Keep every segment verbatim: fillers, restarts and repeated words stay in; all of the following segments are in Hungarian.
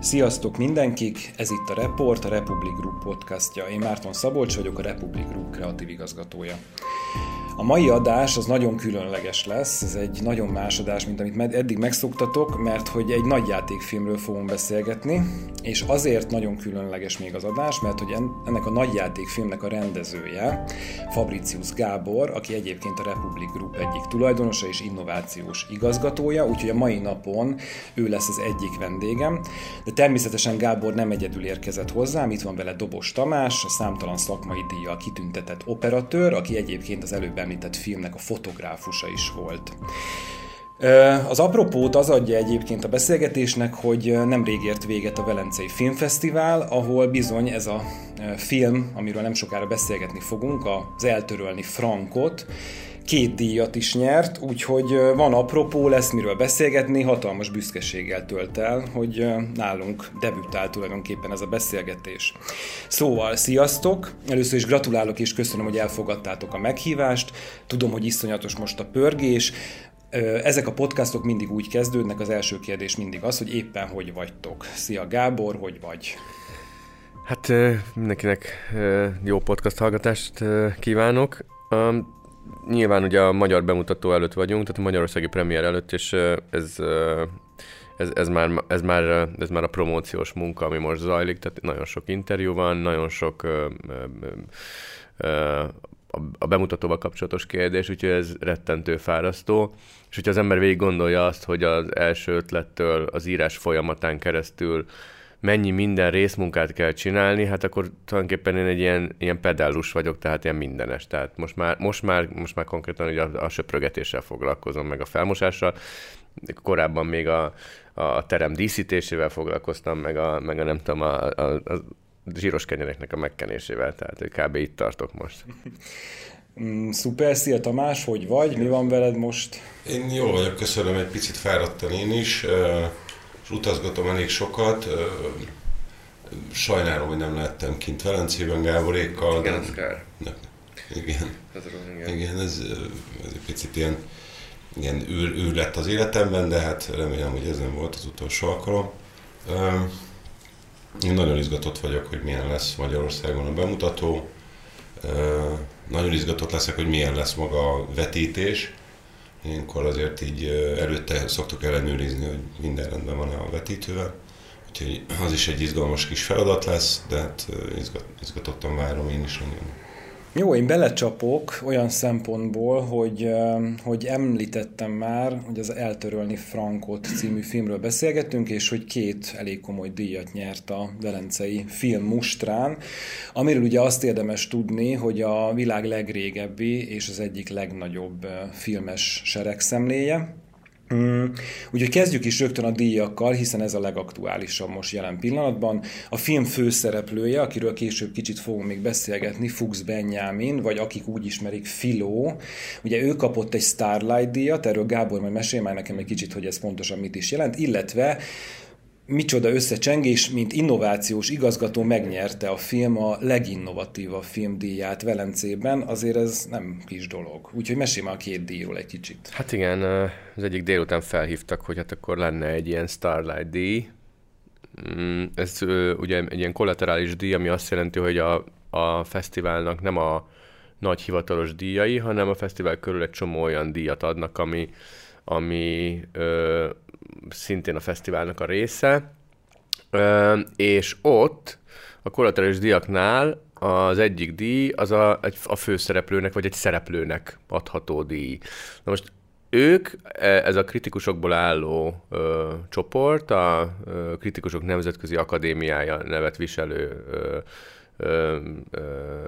Sziasztok mindenkik! Ez itt a Report, a Republic Group podcastja. Én Márton Szabolcs vagyok, a Republic Group kreatív igazgatója. A mai adás az nagyon különleges lesz, ez egy nagyon más adás, mint amit eddig megszoktatok, mert hogy egy nagyjátékfilmről fogunk beszélgetni, és azért nagyon különleges még az adás, mert hogy ennek a nagyjátékfilmnek a rendezője, Fabricius Gábor, aki egyébként a Republic Group egyik tulajdonosa és innovációs igazgatója, úgyhogy a mai napon ő lesz az egyik vendégem, de természetesen Gábor nem egyedül érkezett hozzám, itt van vele Dobos Tamás, a számtalan szakmai díjjal kitüntetett operatőr, aki egyébként az előbb említett filmnek a fotográfusa is volt. Az apropót az adja egyébként a beszélgetésnek, hogy nemrég ért véget a Velencei Filmfesztivál, ahol bizony ez a film, amiről nem sokára beszélgetni fogunk, az Eltörölni Frankot, két díjat is nyert, úgyhogy van apropó, lesz miről beszélgetni, hatalmas büszkeséggel tölt el, hogy nálunk debütál tulajdonképpen ez a beszélgetés. Szóval, sziasztok! Először is gratulálok és köszönöm, hogy elfogadtátok a meghívást. Tudom, hogy iszonyatos most a pörgés. Ezek a podcastok mindig úgy kezdődnek, az első kérdés mindig az, hogy éppen hogy vagytok. Szia Gábor, hogy vagy? Hát mindenkinek jó podcast hallgatást kívánok. Nyilván ugye a magyar bemutató előtt vagyunk, tehát a magyarországi premier előtt, és ez, ez, ez, már, ez, már, ez már a promóciós munka, ami most zajlik, tehát nagyon sok interjú van, nagyon sok a bemutatóval kapcsolatos kérdés, úgyhogy ez rettentő fárasztó, és hogyha az ember végig gondolja azt, hogy az első ötlettől az írás folyamatán keresztül mennyi minden részmunkát kell csinálni, hát akkor tulajdonképpen én egy ilyen, ilyen pedellus vagyok, tehát ilyen mindenes. Tehát most már, most már, most már konkrétan ugye a, a söprögetéssel foglalkozom, meg a felmosással. Korábban még a, a terem díszítésével foglalkoztam, meg a, meg a nem tudom, a, a, a zsíros kenyereknek a megkenésével, tehát kb. Itt tartok most. Szuper, szia Tamás, hogy vagy? Mi van veled most? Én jól vagyok, köszönöm, egy picit fáradtan én is. És utazgatom elég sokat. Sajnálom, hogy nem lehettem kint Velencében Gáborékkal. Igen, ez kár. Ne, igen. Ez igen. Igen, ez, ez egy picit ilyen, ilyen űr, űr lett az életemben, de hát remélem, hogy ez nem volt az utolsó alkalom. Én nagyon izgatott vagyok, hogy milyen lesz Magyarországon a bemutató. Nagyon izgatott leszek, hogy milyen lesz maga a vetítés. Ilyenkor azért így előtte szoktuk ellenőrizni, hogy minden rendben van a vetítővel. Úgyhogy az is egy izgalmas kis feladat lesz, de hát izgat, izgatottan várom én is nagyon. Jó, én belecsapok olyan szempontból, hogy, hogy említettem már, hogy az Eltörölni Frankot című filmről beszélgettünk, és hogy két elég komoly díjat nyert a Velencei Filmmustrán, amiről ugye azt érdemes tudni, hogy a világ legrégebbi és az egyik legnagyobb filmes seregszemléje. Mm. Úgyhogy kezdjük is rögtön a díjakkal, hiszen ez a legaktuálisabb most jelen pillanatban. A film főszereplője, akiről később kicsit fogunk még beszélgetni, Fuchs Benyámin, vagy akik úgy ismerik, Filó. Ugye ő kapott egy Starlight díjat, erről Gábor majd mesél már nekem egy kicsit, hogy ez pontosan mit is jelent, illetve micsoda összecsengés, mint innovációs igazgató megnyerte a film a leginnovatívabb filmdíját Velencében, azért ez nem kis dolog. Úgyhogy mesélj már a két díjról egy kicsit. Hát igen, az egyik délután felhívtak, hogy hát akkor lenne egy ilyen Starlight díj. Ez ugye egy ilyen kollaterális díj, ami azt jelenti, hogy a, a fesztiválnak nem a nagy hivatalos díjai, hanem a fesztivál körül egy csomó olyan díjat adnak, ami, ami ö, szintén a fesztiválnak a része, ö, és ott a kollaterális díjaknál az egyik díj az a, a főszereplőnek vagy egy szereplőnek adható díj. Na most ők, ez a kritikusokból álló ö, csoport, a ö, Kritikusok Nemzetközi Akadémiája nevet viselő ö, ö, ö,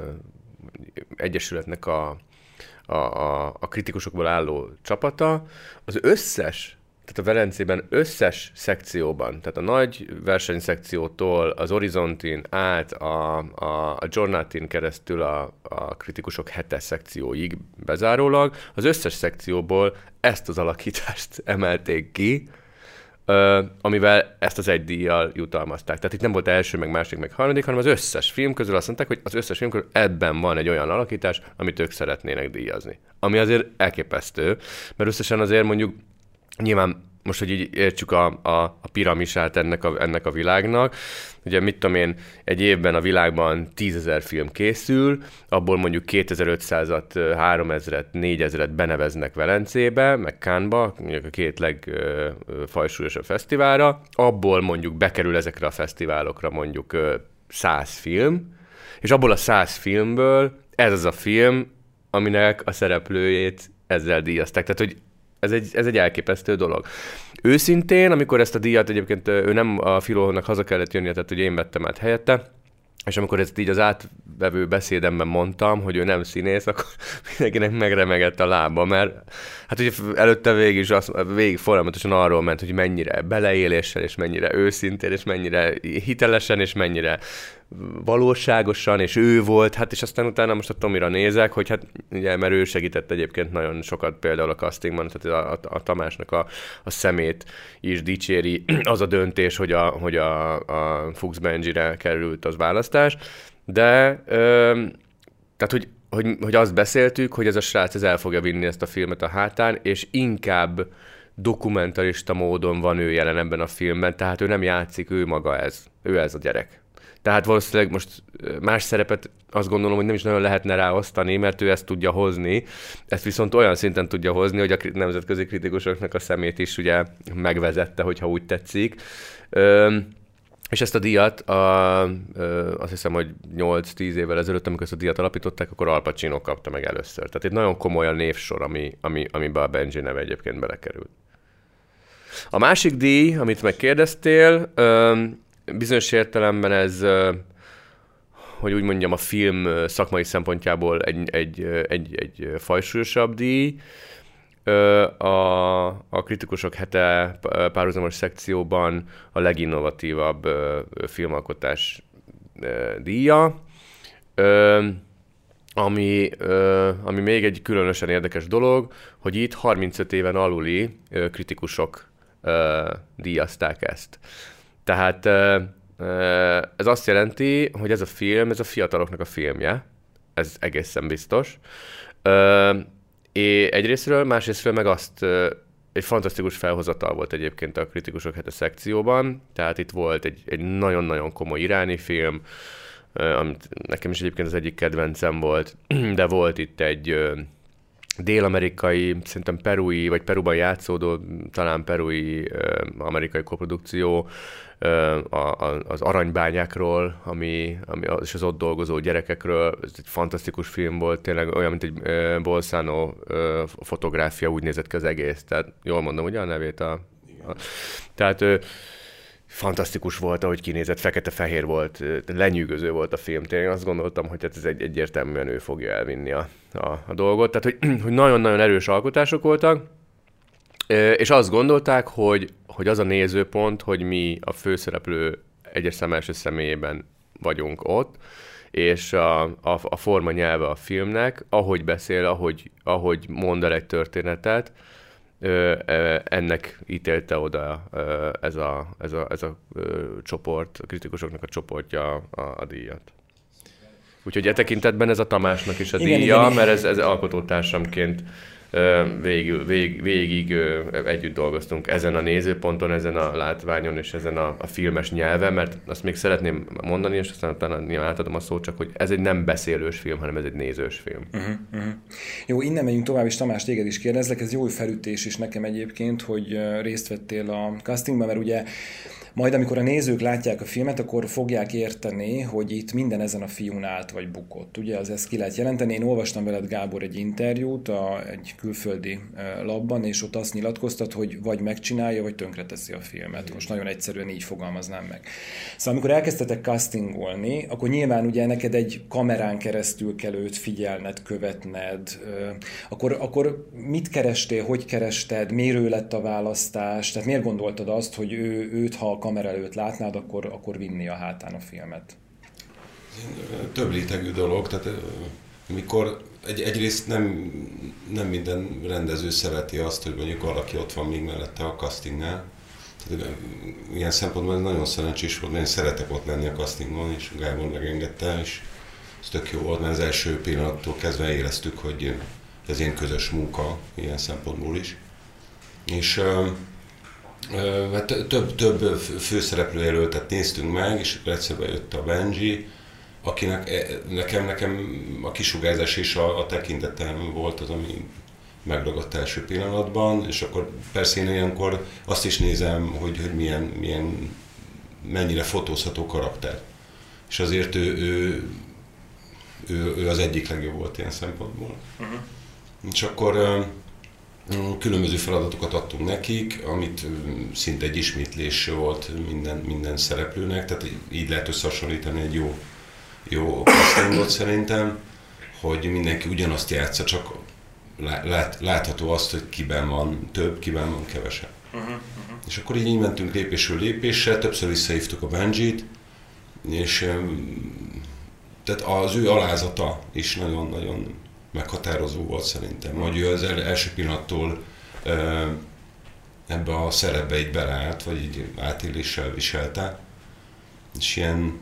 egyesületnek a A, a, a kritikusokból álló csapata, az összes, tehát a Velencében összes szekcióban, tehát a nagy versenyszekciótól az Horizontin át a, a, a Giornatin keresztül a, a kritikusok hetes szekcióig bezárólag, az összes szekcióból ezt az alakítást emelték ki, amivel ezt az egy díjjal jutalmazták. Tehát itt nem volt első, meg másik, meg harmadik, hanem az összes film közül azt mondták, hogy az összes film közül ebben van egy olyan alakítás, amit ők szeretnének díjazni. Ami azért elképesztő, mert összesen azért mondjuk nyilván most, hogy így értsük a, a, a piramisát ennek a, ennek a világnak, ugye mit tudom én, egy évben a világban tízezer film készül, abból mondjuk kétezer-ötszázat, háromezret, négyezer-et beneveznek Velencébe, meg Cannes-ba, mondjuk a két legfajsúlyosabb fesztiválra, abból mondjuk bekerül ezekre a fesztiválokra mondjuk száz film, és abból a száz filmből ez az a film, aminek a szereplőjét ezzel díjazták. Tehát, hogy ez egy, ez egy elképesztő dolog. Őszintén, amikor ezt a díjat egyébként ő nem a Filónak haza kellett jönnie, tehát ugye én vettem át helyette, és amikor ezt így az átvevő beszédemben mondtam, hogy ő nem színész, akkor mindenkinek megremegett a lába, mert hát ugye előtte végig is az, végig folyamatosan arról ment, hogy mennyire beleéléssel, és mennyire őszintén, és mennyire hitelesen, és mennyire valóságosan, és ő volt, hát és aztán utána most a Tomira nézek, hogy hát ugye, mert ő segített egyébként nagyon sokat például a castingban, tehát a, a, a Tamásnak a, a szemét is dicséri az a döntés, hogy a, hogy a, a Fuchs Benji-re került az választás, de ö, tehát, hogy, hogy, hogy azt beszéltük, hogy ez a srác ez el fogja vinni ezt a filmet a hátán, és inkább dokumentarista módon van ő jelen ebben a filmben, tehát ő nem játszik, ő maga ez, ő ez a gyerek. Tehát valószínűleg most más szerepet azt gondolom, hogy nem is nagyon lehetne ráosztani, mert ő ezt tudja hozni. Ezt viszont olyan szinten tudja hozni, hogy a nemzetközi kritikusoknak a szemét is ugye megvezette, hogyha úgy tetszik. Ö, és ezt a díjat, a, ö, azt hiszem, hogy nyolc-tíz évvel ezelőtt, amikor ezt a díjat alapították, akkor Al Pacino kapta meg először. Tehát egy nagyon komoly a névsor, ami, ami, amiben a Benji neve egyébként belekerült. A másik díj, amit megkérdeztél, ö, bizonyos értelemben ez, hogy úgy mondjam, a film szakmai szempontjából egy, egy, egy, egy fajsúlyosabb díj. A, a kritikusok hete párhuzamos szekcióban a leginnovatívabb filmalkotás díja, ami, ami még egy különösen érdekes dolog, hogy itt harmincöt éven aluli kritikusok díjazták ezt. Tehát ez azt jelenti, hogy ez a film, ez a fiataloknak a filmje, ez egészen biztos. És egyrésztről, másrésztről meg azt egy fantasztikus felhozatal volt egyébként a kritikusok hete szekcióban, tehát itt volt egy, egy nagyon-nagyon komoly iráni film, amit nekem is egyébként az egyik kedvencem volt, de volt itt egy dél-amerikai, szerintem perui, vagy Peruban játszódó, talán perui amerikai koprodukció, az aranybányákról, ami, ami, és az ott dolgozó gyerekekről. Ez egy fantasztikus film volt, tényleg olyan, mint egy Bolzano fotográfia, úgy nézett ki az egész. Tehát jól mondom, ugye a nevét? A, a, tehát fantasztikus volt, ahogy kinézett, fekete-fehér volt, lenyűgöző volt a film. Tényleg azt gondoltam, hogy ez egy egyértelműen ő fogja elvinni a, a, a dolgot. Tehát, hogy, hogy nagyon-nagyon erős alkotások voltak, és azt gondolták, hogy, hogy az a nézőpont, hogy mi a főszereplő egyes szem első személyében vagyunk ott, és a, a, a forma nyelve a filmnek, ahogy beszél, ahogy, ahogy mond el egy történetet, ennek ítélte oda ez a, ez a, ez a csoport, a kritikusoknak a csoportja a, a díjat. Úgyhogy e tekintetben ez a Tamásnak is a díja, igen, igen, mert ez, ez alkotótársamként végig, végig, végig együtt dolgoztunk ezen a nézőponton, ezen a látványon és ezen a, a filmes nyelven, mert azt még szeretném mondani, és aztán utána nyilván átadom a szót, csak hogy ez egy nem beszélős film, hanem ez egy nézős film. Uh-huh, uh-huh. Jó, innen megyünk tovább, és Tamás, téged is kérdezlek, ez jó felütés is nekem egyébként, hogy részt vettél a castingban, mert ugye majd amikor a nézők látják a filmet, akkor fogják érteni, hogy itt minden ezen a fiún állt vagy bukott. Ugye az ezt ki lehet jelenteni. Én olvastam veled, Gábor, egy interjút a, egy külföldi labban, és ott azt nyilatkoztat, hogy vagy megcsinálja, vagy tönkreteszi a filmet. Most nagyon egyszerűen így fogalmaznám meg. Szóval amikor elkezdtetek castingolni, akkor nyilván ugye neked egy kamerán keresztül kell őt figyelned, követned. Akkor, akkor mit kerestél, hogy kerested, mérő lett a választás? Tehát miért gondoltad azt, hogy ő, őt, ha a kamera előtt látnád, akkor, akkor vinni a hátán a filmet? Több rétegű dolog, tehát amikor egy, egyrészt nem, nem minden rendező szereti azt, hogy mondjuk valaki ott van még mellette a castingnál. Tehát, ilyen szempontból ez nagyon szerencsés volt, mert én szeretek ott lenni a castingon, és Gábor megengedte, és ez tök jó volt, mert az első pillanattól kezdve éreztük, hogy ez ilyen közös munka ilyen szempontból is. És Hát több, több főszereplő jelöltet néztünk meg, és akkor egyszer bejött a Benji, akinek nekem, nekem a kisugárzás és a, a tekintetem volt az, ami megragadt első pillanatban, és akkor persze én ilyenkor azt is nézem, hogy, hogy milyen, milyen, mennyire fotózható karakter. És azért ő, ő, ő, ő az egyik legjobb volt ilyen szempontból. Uh-huh. És akkor különböző feladatokat adtunk nekik, amit szinte egy ismétlés volt minden, minden szereplőnek, tehát így lehet összehasonlítani egy jó, jó castingot szerintem, hogy mindenki ugyanazt játsza, csak lát, látható azt, hogy kiben van több, kiben van kevesebb. Uh-huh, uh-huh. És akkor így, így mentünk lépésről lépésre, többször visszahívtuk a Benjit, és tehát az ő alázata is nagyon-nagyon meghatározó volt szerintem, hogy ő az első pillanattól ebbe a szerepbe így beleállt, vagy így átéléssel viselte. És ilyen...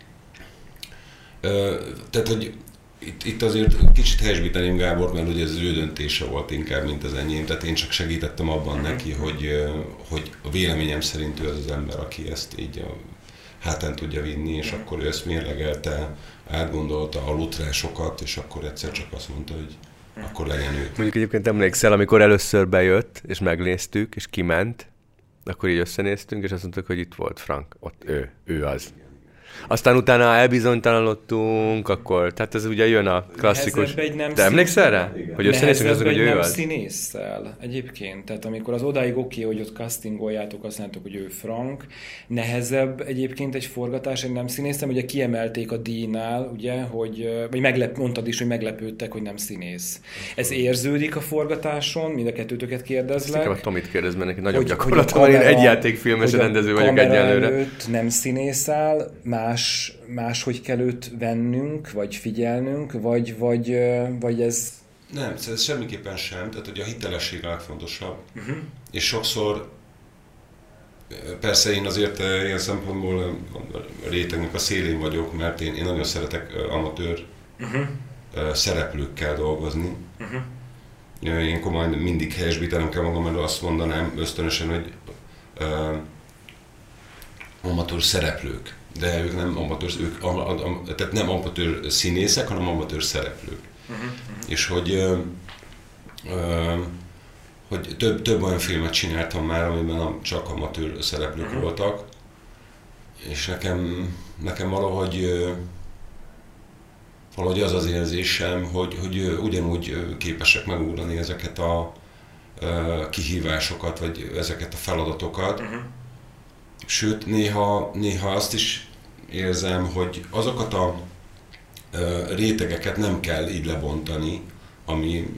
Tehát, hogy itt, itt azért kicsit helyesbíteném Gábor, mert ugye ez az ő döntése volt inkább, mint az enyém. Tehát én csak segítettem abban neki, hogy, hogy a véleményem szerint ő az az ember, aki ezt így a hátán tudja vinni, és akkor ő ezt mérlegelte, átgondolta a lutrásokat, és akkor egyszer csak azt mondta, hogy akkor legyen ő. Mondjuk egyébként emlékszel, amikor először bejött, és megnéztük, és kiment, akkor így összenéztünk, és azt mondtuk, hogy itt volt Frank, ott ő, ő az. Aztán utána elbizonytalanodtunk, akkor, tehát ez ugye jön a klasszikus... Te emlékszel rá? Igen. Hogy összenéztünk azok, hogy ő nem az? színésszel egyébként. Tehát amikor az odáig oké, okay, hogy ott castingoljátok, azt mondjátok, hogy ő Frank. Nehezebb egyébként egy forgatás, egy nem színészem, ugye kiemelték a díjnál, ugye, hogy, vagy meglep, mondtad is, hogy meglepődtek, hogy nem színész. Ez érződik a forgatáson? Mind a kettőtöket kérdezlek. Ezt a Tomit kérdez, mert neki nagyobb gyakorlatom, én egy játékfilmes rendező vagyok egyelőre. Előtt nem színészel, más, máshogy kell őt vennünk, vagy figyelnünk, vagy, vagy, vagy ez... Nem, ez semmiképpen sem, tehát hogy a hitelesség a legfontosabb. Uh-huh. És sokszor, persze én azért ilyen szempontból a rétegnek a szélén vagyok, mert én, én nagyon szeretek amatőr uh-huh. szereplőkkel dolgozni. Uh-huh. Én komolyan mindig helyesbítenem kell magam, mert azt mondanám ösztönösen, hogy uh, amatőr szereplők. De ők nem amatőr, ők, am, am, tehát nem amatőr színészek, hanem amatőr szereplők. Uh-huh. És hogy, ö, ö, hogy több, több olyan filmet csináltam már, amiben csak amatőr szereplők uh-huh. voltak. És nekem, nekem valahogy, ö, valahogy az az érzésem, hogy, hogy ugyanúgy képesek megugrani ezeket a ö, kihívásokat, vagy ezeket a feladatokat. Uh-huh. Sőt, néha, néha azt is érzem, hogy azokat a ö, rétegeket nem kell így lebontani, ami...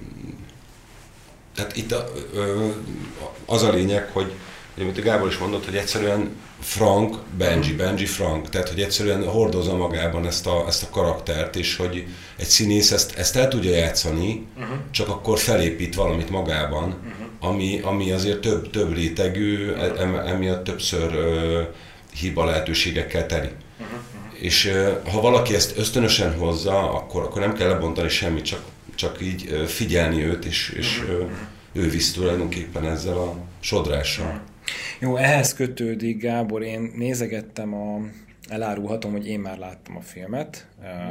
Tehát itt a, ö, az a lényeg, hogy, amit a Gábor is mondott, hogy egyszerűen Frank, Benji, Benji Frank, tehát hogy egyszerűen hordozza magában ezt a, ezt a karaktert, és hogy egy színész ezt, ezt el tudja játszani, uh-huh. csak akkor felépít valamit magában, uh-huh. ami, ami azért több, több rétegű, uh-huh. emiatt többször uh, hiba lehetőségekkel teli. Uh-huh. És uh, ha valaki ezt ösztönösen hozza, akkor, akkor nem kell lebontani semmit, csak, csak így uh, figyelni őt, és, és uh, ő visz tulajdonképpen ezzel a sodrással. Uh-huh. Jó, ehhez kötődik, Gábor, én nézegettem, a, elárulhatom, hogy én már láttam a filmet.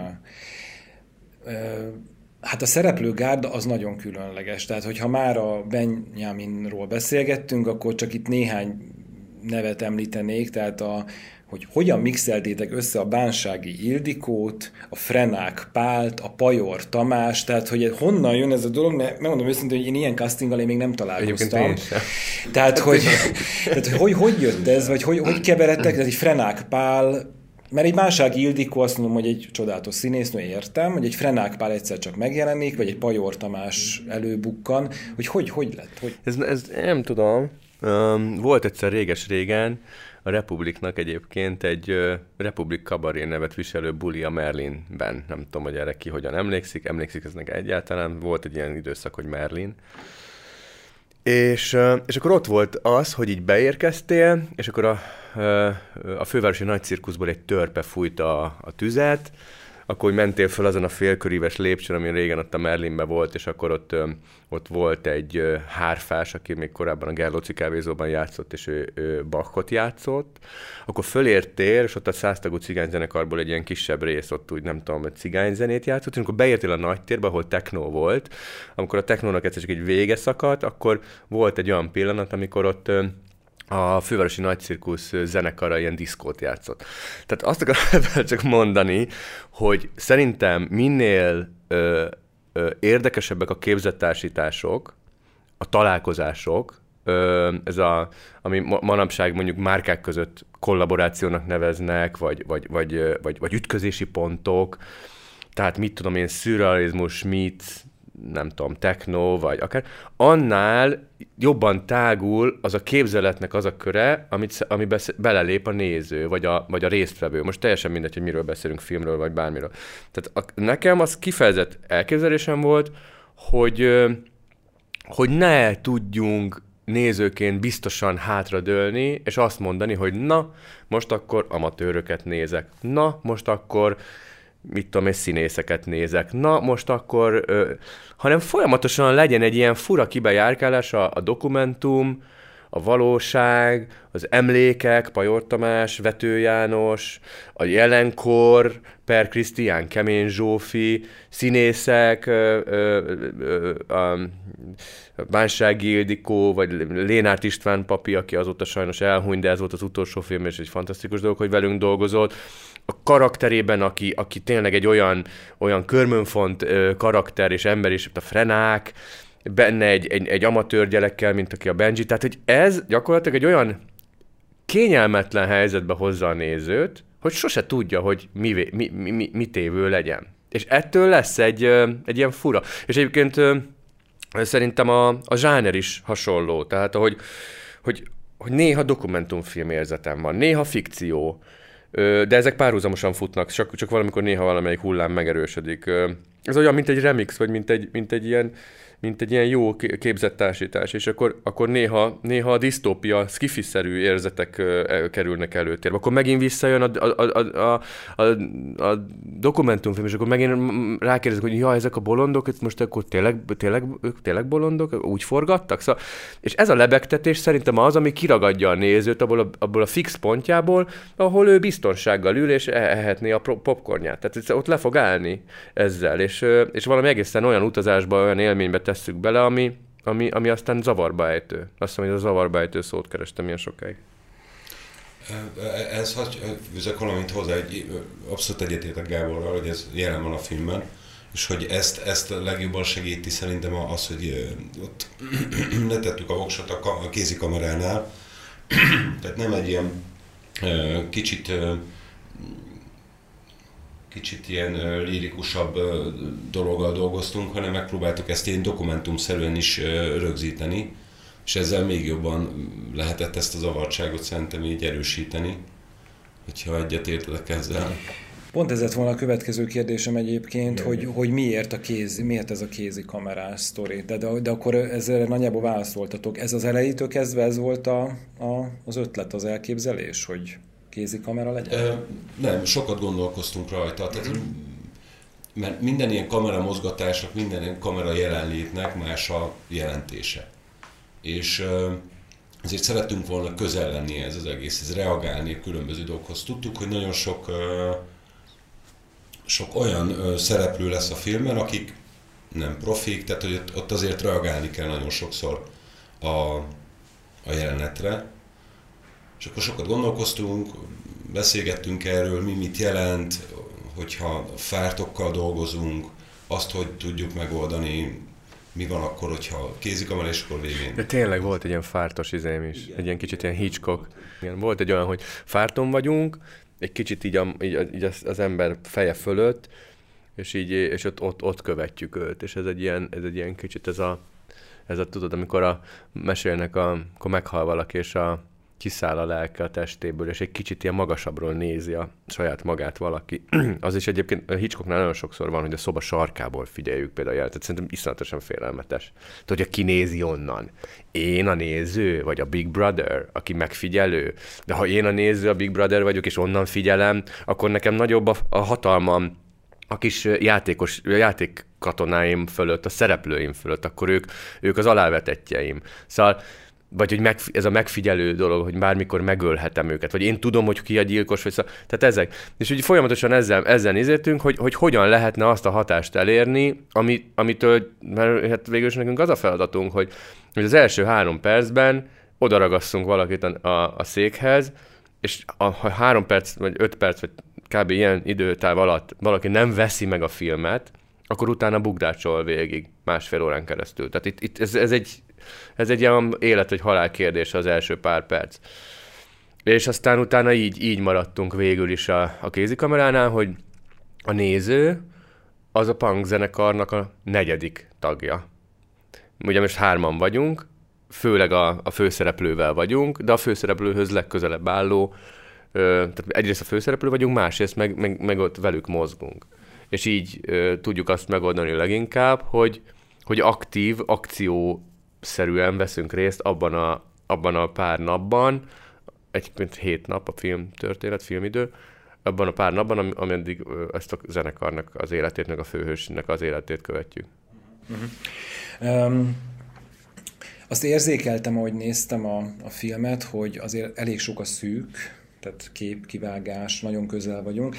Hát a szereplőgárda az nagyon különleges, tehát hogyha már a Benjaminról beszélgettünk, akkor csak itt néhány nevet említenék, tehát a hogy hogyan mixeltétek össze a Bánsági Ildikót, a Frenák Pált, a Pajor Tamás, tehát hogy honnan jön ez a dolog, mert megmondom őszintén, hogy én ilyen castinggal én még nem találkoztam. Tehát, hogy, tehát hogy, hogy jött ez, vagy hogy, hogy keveredtek, tehát egy Frenák Pál, mert egy Bánsági Ildikó azt mondom, hogy egy csodálatos színésznő, értem, hogy egy Frenák Pál egyszer csak megjelenik, vagy egy Pajor Tamás előbukkan, hogy hogy, hogy lett? Hogy... Ez, ez nem tudom. Um, volt egyszer réges-régen, a Republiknak egyébként egy uh, Republik Kabaré nevet viselő buli a Merlinben. Nem tudom, hogy erre ki hogyan emlékszik. Emlékszik eznek egyáltalán. Volt egy ilyen időszak, hogy Merlin. És, uh, és akkor ott volt az, hogy így beérkeztél, és akkor a, uh, a fővárosi nagycirkuszból egy törpe fújta a, a tüzet, akkor hogy mentél föl azon a félköríves lépcsőn, ami régen ott a Merlinben volt, és akkor ott, ott volt egy hárfás, aki még korábban a Gerlóci kávézóban játszott, és ő, ő Bachot játszott. Akkor fölértél, és ott a száztagú cigányzenekarból egy ilyen kisebb rész, ott úgy nem tudom, hogy cigányzenét játszott, és amikor beértél a nagytérbe, ahol technó volt, amikor a technónak egyszer csak egy vége szakadt, akkor volt egy olyan pillanat, amikor ott a Fővárosi Nagycirkusz zenekara ilyen diszkót játszott. Tehát azt akarom csak mondani, hogy szerintem minél ö, ö, érdekesebbek a képzettársítások, a találkozások, ö, ez a, ami manapság mondjuk márkák között kollaborációnak neveznek, vagy, vagy, vagy, vagy, vagy ütközési pontok, tehát mit tudom én, szürrealizmus, mit, nem tudom, techno, vagy akár, annál jobban tágul az a képzeletnek az a köre, amit, amiben belelép a néző, vagy a, vagy a résztvevő. Most teljesen mindegy, hogy miről beszélünk, filmről, vagy bármiről. Tehát a, nekem az kifejezett elképzelésem volt, hogy, hogy ne tudjunk nézőként biztosan hátradőlni, és azt mondani, hogy na, most akkor amatőröket nézek. Na, most akkor mit tudom, és színészeket nézek. Na, most akkor, ö, hanem folyamatosan legyen egy ilyen fura kibejárkálás a, a dokumentum, a valóság, az emlékek, Pajor Tamás, Vető János, a jelenkor, Per Krisztián, Kemény Zsófi, színészek, ö, ö, ö, a Bánsági Ildikó, vagy Lénárt István papi, aki azóta sajnos elhunyt, de ez volt az utolsó film, és egy fantasztikus dolog, hogy velünk dolgozott. A karakterében, aki, aki tényleg egy olyan, olyan körmönfont ö, karakter és ember is, a Frenák, benne egy, egy, egy amatőr gyerekkel, mint aki a Benji. Tehát, hogy ez gyakorlatilag egy olyan kényelmetlen helyzetbe hozza a nézőt, hogy sose tudja, hogy mi, mi, mi, mi, mi tévő legyen. És ettől lesz egy, egy ilyen fura. És egyébként szerintem a, a zsáner is hasonló. Tehát, hogy, hogy, hogy néha dokumentumfilm érzetem van, néha fikció, de ezek párhuzamosan futnak, csak, csak valamikor néha valamelyik hullám megerősödik. Ez olyan, mint egy remix, vagy mint egy, mint egy ilyen mint egy ilyen jó képzett társítás, és akkor, akkor néha, néha a disztópia, skifi-szerű érzetek kerülnek előtérbe. Akkor megint visszajön a, a, a, a, a, a dokumentumfilm, és akkor megint rákérdezik, hogy ja, ezek a bolondok, most akkor tényleg, tényleg, tényleg bolondok? Úgy forgattak? Szóval, és ez a lebegtetés szerintem az, ami kiragadja a nézőt abból a, abból a fix pontjából, ahol ő biztonsággal ül, és ehetné a popcornját. Tehát ott le fog állni ezzel, és, és valami egészen olyan utazásba, olyan élménybe tesszük bele, ami, ami, ami aztán zavarba ejtő. Azt hiszem, hogy a zavarba ejtő szót kerestem ilyen sokáig. Ez, hogy fűzök valamint hozzá, egy, abszolút egyetértek Gáborral, hogy ez jelen van a filmben, és hogy ezt, ezt legjobban segíti szerintem az, hogy ott letettük a voksot a kézikameránál, tehát nem egy ilyen kicsit kicsit ilyen lírikusabb dologgal dolgoztunk, hanem megpróbáltuk ezt ilyen dokumentumszerűen is rögzíteni, és ezzel még jobban lehetett ezt a zavartságot szerintem így erősíteni, hogyha egyetértek ezzel. Pont ez lett volna a következő kérdésem egyébként, hogy, hogy miért, a kéz, miért ez a kézi kamerás sztori. De, de, de akkor ezzel nagyjából válaszoltatok. Ez az elejétől kezdve ez volt a, a, az ötlet, az elképzelés, hogy kézi kamera legyen? Ö, nem, sokat gondolkoztunk rajta. Tehát, mert minden ilyen kamera mozgatásnak, minden ilyen kamera jelenlétnek más a jelentése. És ö, ezért szerettünk volna közel lenni ez az egészhez, reagálni a különböző dolgokhoz. Tudtuk, hogy nagyon sok, ö, sok olyan ö, szereplő lesz a filmben, akik nem profik, tehát hogy ott azért reagálni kell nagyon sokszor a, a jelenetre. És akkor sokat gondolkoztunk, beszélgettünk erről, mi mit jelent, hogyha fártokkal dolgozunk, azt, hogy tudjuk megoldani, mi van akkor, hogyha kézikamera, és akkor végén. De tényleg volt egy ilyen fártos izém is, igen. Egy ilyen kicsit ilyen Hitchcock. Igen, volt egy olyan, hogy fárton vagyunk, egy kicsit így, a, így, így az, az ember feje fölött, és így és ott, ott, ott követjük őt, és ez egy ilyen, ez egy ilyen kicsit ez a, ez a tudod, amikor a, mesélnek, a, amikor meghal valaki, és a kiszáll a lelke a testéből, és egy kicsit ilyen magasabbról nézi a saját magát valaki. Az is egyébként a Hitchcocknál nagyon sokszor van, hogy a szoba sarkából figyeljük például a jelentet. Szerintem iszonyatosan félelmetes. Tehát, hogy ki nézi onnan. Én a néző, vagy a Big Brother, aki megfigyelő. De ha én a néző, a Big Brother vagyok, és onnan figyelem, akkor nekem nagyobb a, a hatalmam a kis játékos, játékkatonáim fölött, a szereplőim fölött, akkor ők, ők az alávetettjeim. Szóval, vagy hogy meg, ez a megfigyelő dolog, hogy bármikor megölhetem őket, vagy én tudom, hogy ki a gyilkos, vagy szóval, tehát ezek. És úgy folyamatosan ezzel, ezzel néztünk, hogy, hogy hogyan lehetne azt a hatást elérni, ami, amitől, mert hát végül is nekünk az a feladatunk, hogy, hogy az első három percben odaragasszunk valakit a, a, a székhez, és a, ha három perc, vagy öt perc, vagy kb. Ilyen időtáv alatt valaki nem veszi meg a filmet, akkor utána bugdácsol végig, másfél órán keresztül. Tehát itt, itt ez, ez, egy, ez egy olyan élet vagy halál kérdése az első pár perc. És aztán utána így, így maradtunk végül is a, a kézikameránál, hogy a néző az a punk zenekarnak a negyedik tagja. Ugye most hárman vagyunk, főleg a, a főszereplővel vagyunk, de a főszereplőhöz legközelebb álló, ö, tehát egyrészt a főszereplő vagyunk, másrészt meg, meg, meg ott velük mozgunk. És így ö, tudjuk azt megoldani leginkább, hogy, hogy aktív, akciószerűen veszünk részt abban a, abban a pár napban, egyébként hét nap a film történet, filmidő, abban a pár napban, am, ameddig ezt a zenekarnak az életét, meg a főhősnek az életét követjük. Uh-huh. Um... Azt érzékeltem, ahogy néztem a, a filmet, hogy azért elég sok a szűk, tehát képkivágás, nagyon közel vagyunk.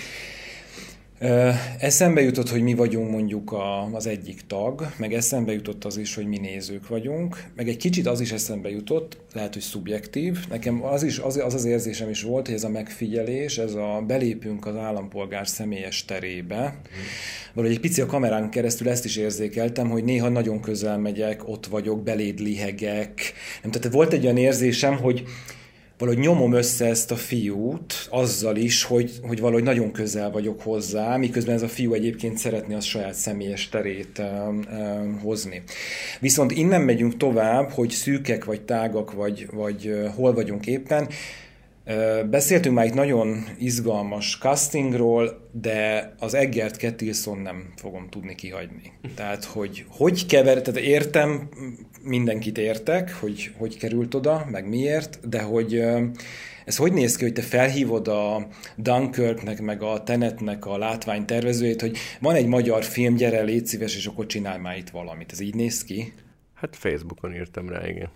Eszembe jutott, hogy mi vagyunk mondjuk a, az egyik tag, meg eszembe jutott az is, hogy mi nézők vagyunk, meg egy kicsit az is eszembe jutott, lehet, hogy szubjektív. Nekem az is, az, az az érzésem is volt, hogy ez a megfigyelés, ez a belépünk az állampolgár személyes terébe. Valahogy egy pici a kamerán keresztül ezt is érzékeltem, hogy néha nagyon közel megyek, ott vagyok, beléd lihegek. Nem, tehát volt egy olyan érzésem, hogy valahogy nyomom össze ezt a fiút azzal is, hogy, hogy valahogy nagyon közel vagyok hozzá, miközben ez a fiú egyébként szeretné a saját személyes terét uh, uh, hozni. Viszont innen megyünk tovább, hogy szűkek vagy tágak, vagy, vagy uh, hol vagyunk éppen. Uh, beszéltünk már itt nagyon izgalmas castingról, de az Eggert Kettilson nem fogom tudni kihagyni. Tehát, hogy hogy kever, tehát értem, mindenkit értek, hogy hogy került oda, meg miért, de hogy ez hogy néz ki, hogy te felhívod a Dunkirknek, meg a Tenetnek a látványtervezőjét, hogy van egy magyar film, gyere, légy szíves, és akkor csinálj már itt valamit. Ez így néz ki? Hát Facebookon írtam rá, igen.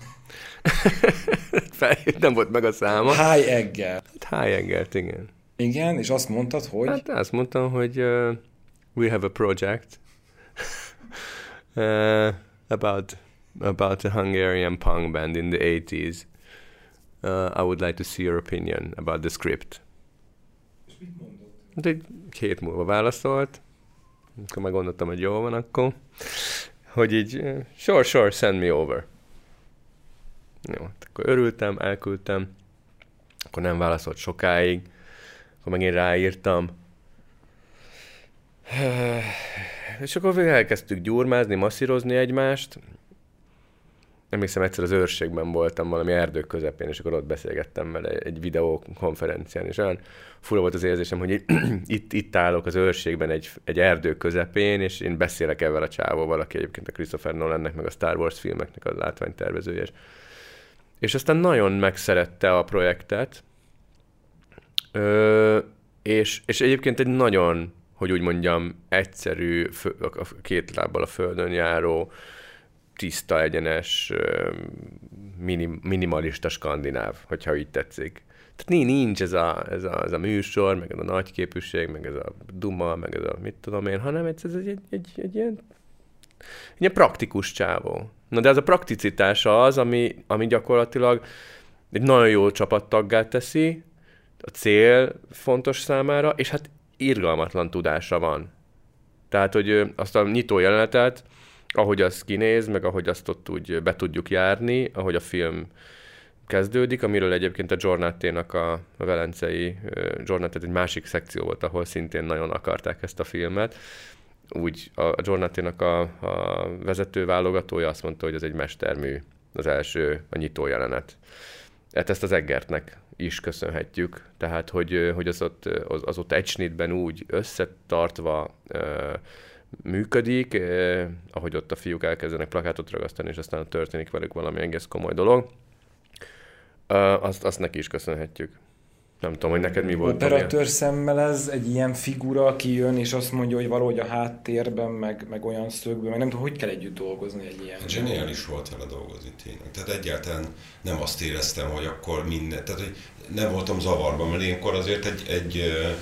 Nem volt meg a száma. Hi Eggert. Hát Hi Eggert, igen. Igen, és azt mondtad, hogy... Hát azt mondtam, hogy uh, we have a project uh, about... about a Hungarian punk band in the eighties. Uh, I would like to see your opinion about the script. És mit mondott? Hát egy hét múlva válaszolt, akkor meggondoltam, hogy jól van akkor, hogy így, uh, sure, sure, send me over. Jó, akkor örültem, elküldtem, akkor nem válaszolt sokáig, akkor megint ráírtam, és akkor elkezdtük gyurmázni, masszírozni egymást. Emlékszem, egyszer az őrségben voltam valami erdők közepén, és akkor ott beszélgettem vele egy videókonferencián, és olyan fura volt az érzésem, hogy itt, itt állok az őrségben egy, egy erdő közepén, és én beszélek ezzel a csávóval, aki egyébként a Christopher Nolannek, meg a Star Wars filmeknek a látványtervezője. És aztán nagyon megszerette a projektet, Ö, és, és egyébként egy nagyon, hogy úgy mondjam, egyszerű, fő, a két lábbal a földön járó, tiszta, egyenes, minim, minimalista skandináv, hogyha így tetszik. Tehát nincs ez a, ez, a, ez a műsor, meg ez a nagyképűség, meg ez a duma, meg ez a mit tudom én, hanem ez egy, egy, egy, egy, ilyen, egy ilyen praktikus csávó. Na de ez a prakticitása az, ami, ami gyakorlatilag egy nagyon jó csapattaggá teszi, a cél fontos számára, és hát irgalmatlan tudása van. Tehát, hogy azt a nyitó jelenetet, ahogy az kinéz, meg ahogy azt ott úgy be tudjuk járni, ahogy a film kezdődik, amiről egyébként a Giornatténak a, a velencei, Giornatte egy másik szekció volt, ahol szintén nagyon akarták ezt a filmet. Úgy a Giornatténak a, a vezető válogatója azt mondta, hogy ez egy mestermű, az első, a nyitó jelenet. Hát ezt az Eggertnek is köszönhetjük, tehát hogy, hogy az, ott, az, az ott egy snitben úgy összetartva működik, eh, ahogy ott a fiúk elkezdenek plakátot ragasztani, és aztán történik velük valami egész komoly dolog, uh, azt, azt neki is köszönhetjük. Nem tudom, hogy neked mi volt. Operatőr szemmel ez egy ilyen figura, aki jön és azt mondja, hogy valahogy a háttérben, meg, meg olyan szögből, meg nem tudom, hogy kell együtt dolgozni egy ilyen. Zseniális volt vele dolgozni tényleg. Tehát egyáltalán nem azt éreztem, hogy akkor minden, tehát hogy nem voltam zavarban, mert ilyenkor azért egy, egy,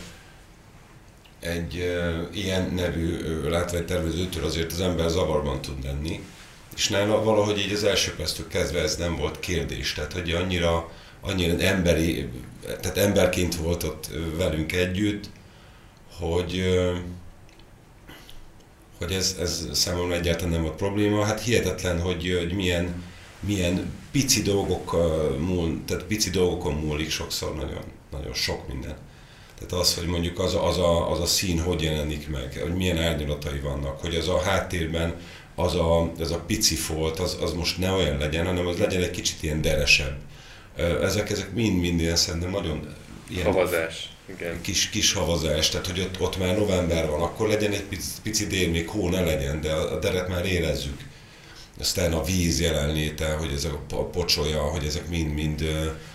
egy, egy ilyen nevű látványtervezőtől azért az ember zavarban tud lenni. És nála valahogy így az első perctől kezdve ez nem volt kérdés, tehát hogy annyira, annyira emberi, tehát emberként volt ott velünk együtt, hogy, hogy ez, ez számomra egyáltalán nem volt probléma. Hát hihetetlen, hogy, hogy milyen, milyen pici dolgok múl, tehát pici dolgokon múlik sokszor nagyon, nagyon sok minden. Tehát az, hogy mondjuk az a, az, a, az a szín hogy jelenik meg, hogy milyen árnyalatai vannak, hogy az a háttérben az a, az a pici folt, az, az most ne olyan legyen, hanem az legyen egy kicsit ilyen deresebb. Ezek, ezek mind-mind ilyen szerintem nagyon ilyen havazás. Igen. Kis, kis havazás, tehát hogy ott, ott már november van, akkor legyen egy pici, pici dél, még hó ne legyen, de a deret már érezzük. Aztán a víz jelenléte, hogy ez a pocsolya, hogy ezek mind-mind,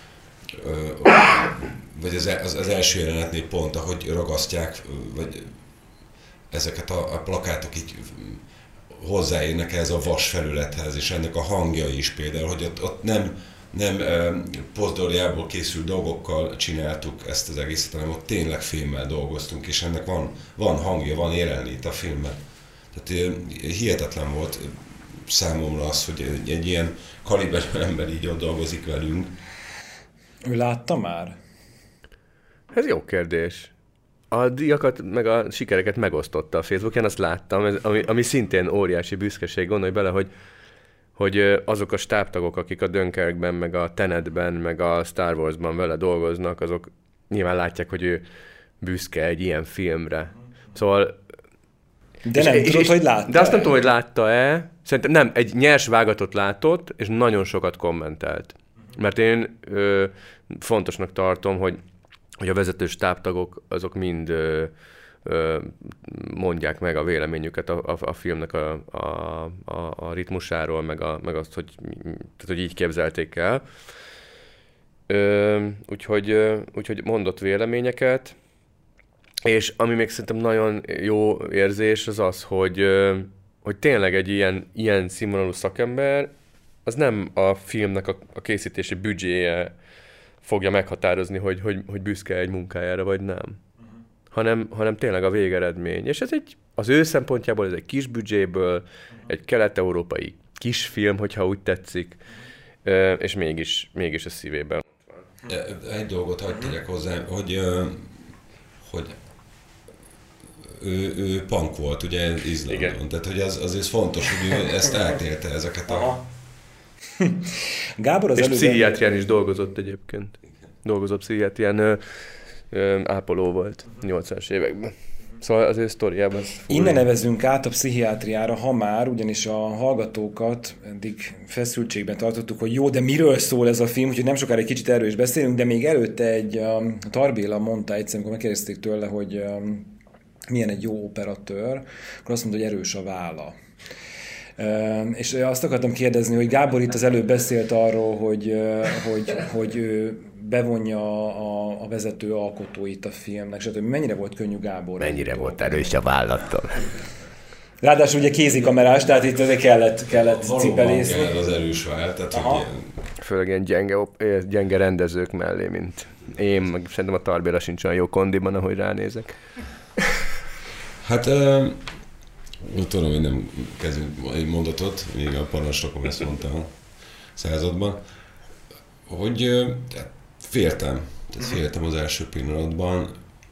vagy az, az, az első jelenetnél pont, ahogy ragasztják, vagy ezeket a, a plakátok így hozzáérnek ez a vas felülethez, és ennek a hangja is például, hogy ott, ott nem, nem pozdorjából készült dolgokkal csináltuk ezt az egészet, hanem ott tényleg filmmel dolgoztunk, és ennek van, van hangja, van jelenlét a filmben. Tehát hihetetlen volt számomra az, hogy egy, egy ilyen kaliberű ember így ott dolgozik velünk. Ő látta már? Ez jó kérdés. A díjakat, meg a sikereket megosztotta a Facebookon, azt láttam, ez, ami, ami szintén óriási büszkeség, gondolj bele, hogy, hogy azok a stábtagok, akik a Dunkirkben, meg a Tenetben, meg a Star Warsban vele dolgoznak, azok nyilván látják, hogy ő büszke egy ilyen filmre. Szóval... De nem tudod, hogy látta. De azt nem tudom, hogy látta-e. Szerintem nem, egy nyers vágatot látott, és nagyon sokat kommentelt. Mert én ö, fontosnak tartom, hogy hogy a vezető stábtagok azok mind ö, ö, mondják meg a véleményüket a, a, a filmnek a, a, a, a ritmusáról, meg, a, meg azt, hogy, tehát, hogy így képzelték el. Ö, úgyhogy, ö, úgyhogy mondott véleményeket, és ami még szerintem nagyon jó érzés az az, hogy, ö, hogy tényleg egy ilyen, ilyen színvonalú szakember, az nem a filmnek a, a készítési büdzséje fogja meghatározni, hogy, hogy, hogy büszke egy munkájára, vagy nem. Uh-huh. Hanem, hanem tényleg a végeredmény. És ez egy, az ő szempontjából ez egy kis büdzséből, uh-huh. egy kelet-európai kisfilm, hogyha úgy tetszik, uh, és mégis, mégis a szívében. Egy dolgot hadd tegyek hozzá, hogy, hogy ő, ő punk volt, ugye Izlandon. Igen. Tehát, hogy az, azért fontos, hogy ő ezt átélte ezeket a... Aha. Gábor az és előbb... pszichiátrián is dolgozott egyébként. Dolgozott pszichiátrián, ö, ö, ápoló volt nyolcvanas években. Szóval az ő sztoriában... Innen nevezünk át a pszichiátriára, ha már, ugyanis a hallgatókat eddig feszültségben tartottuk, hogy jó, de miről szól ez a film, úgyhogy nem sokára egy kicsit erről is beszélünk, de még előtte egy um, Tarbéla mondta egyszer, amikor megkérdezték tőle, hogy um, milyen egy jó operatőr, akkor azt mondta, hogy erős a válla. Uh, és azt akartam kérdezni, hogy Gábor itt az előbb beszélt arról, hogy, uh, hogy, hogy ő bevonja a, a vezető alkotóit a filmnek, stb. Mennyire volt könnyű Gábor? Mennyire volt erős a vállattal? Ráadásul ugye kézikamerás, tehát itt azért kellett, kellett cipelészni. Valóban kell az erős váll, tehát hogy ilyen... Főleg ilyen gyenge, gyenge rendezők mellé, mint én, meg szerintem a Tarbéla sincs olyan jó kondiban, ahogy ránézek. Hát... Uh... Úgy tudom, hogy nem kezdünk egy mondatot, még a parancsnokom ezt mondta a században, hogy tehát féltem, tehát féltem az első pillanatban.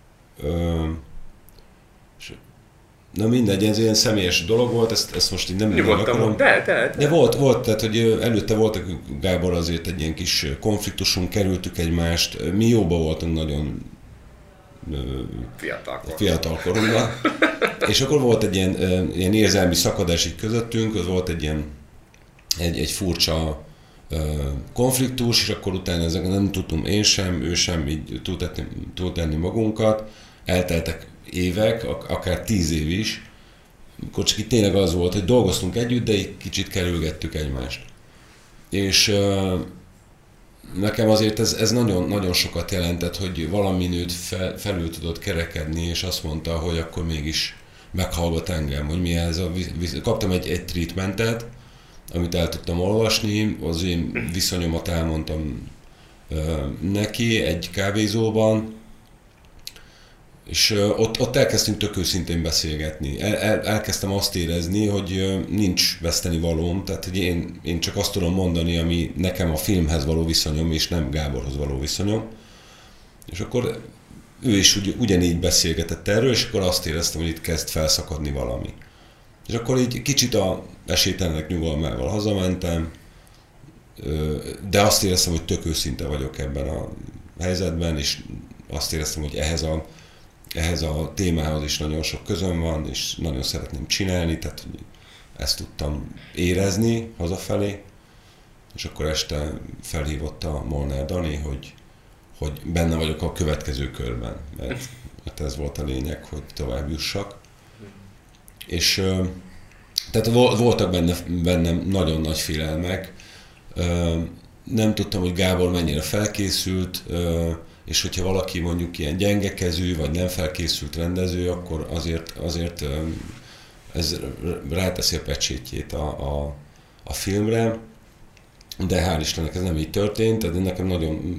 Na mindegy, ez ilyen személyes dolog volt, ezt, ezt most így nem nem akarom. De, de, de. de volt, volt, tehát hogy előtte voltak Gábor azért egy ilyen kis konfliktusunk, kerültük egymást, mi jóban voltunk nagyon fiatalkorunkban. fiatalkorunkban. És akkor volt egy ilyen, ilyen érzelmi szakadás így közöttünk, az volt egy ilyen egy, egy furcsa konfliktus, és akkor utána ezek nem tudtunk én sem, ő sem így túltenni, túltenni magunkat. Elteltek évek, akár tíz év is, akkor csak itt tényleg az volt, hogy dolgoztunk együtt, de egy kicsit kerülgettük egymást. És nekem azért ez, ez nagyon, nagyon sokat jelentett, hogy valami nőt fel, felül tudott kerekedni, és azt mondta, hogy akkor mégis meghallgat engem, hogy mi ez a... Kaptam egy, egy treatmentet, amit el tudtam olvasni, az én viszonyomat elmondtam neki egy kávézóban, és ott, ott elkezdtünk tök őszintén beszélgetni. El, el, elkezdtem azt érezni, hogy nincs veszteni valóm, tehát hogy én, én csak azt tudom mondani, ami nekem a filmhez való viszonyom, és nem Gáborhoz való viszonyom. És akkor ő is ugy, ugyanígy beszélgetett erről, és akkor azt éreztem, hogy itt kezd felszakadni valami. És akkor így kicsit a esélytelenek nyugalmával hazamentem, de azt éreztem, hogy tök őszinte vagyok ebben a helyzetben, és azt éreztem, hogy ehhez a, ehhez a témához is nagyon sok közöm van, és nagyon szeretném csinálni, tehát hogy ezt tudtam érezni hazafelé, és akkor este felhívott a Molnár Dani, hogy, hogy benne vagyok a következő körben, mert, mert ez volt a lényeg, hogy tovább jussak. És tehát voltak benne, bennem nagyon nagy félelmek. Nem tudtam, hogy Gábor mennyire felkészült, és hogyha valaki mondjuk ilyen gyengekezű, vagy nem felkészült rendező, akkor azért, azért ez ráteszi a pecsétjét a, a, a filmre. De hál' Istennek ez nem így történt, tehát nekem nagyon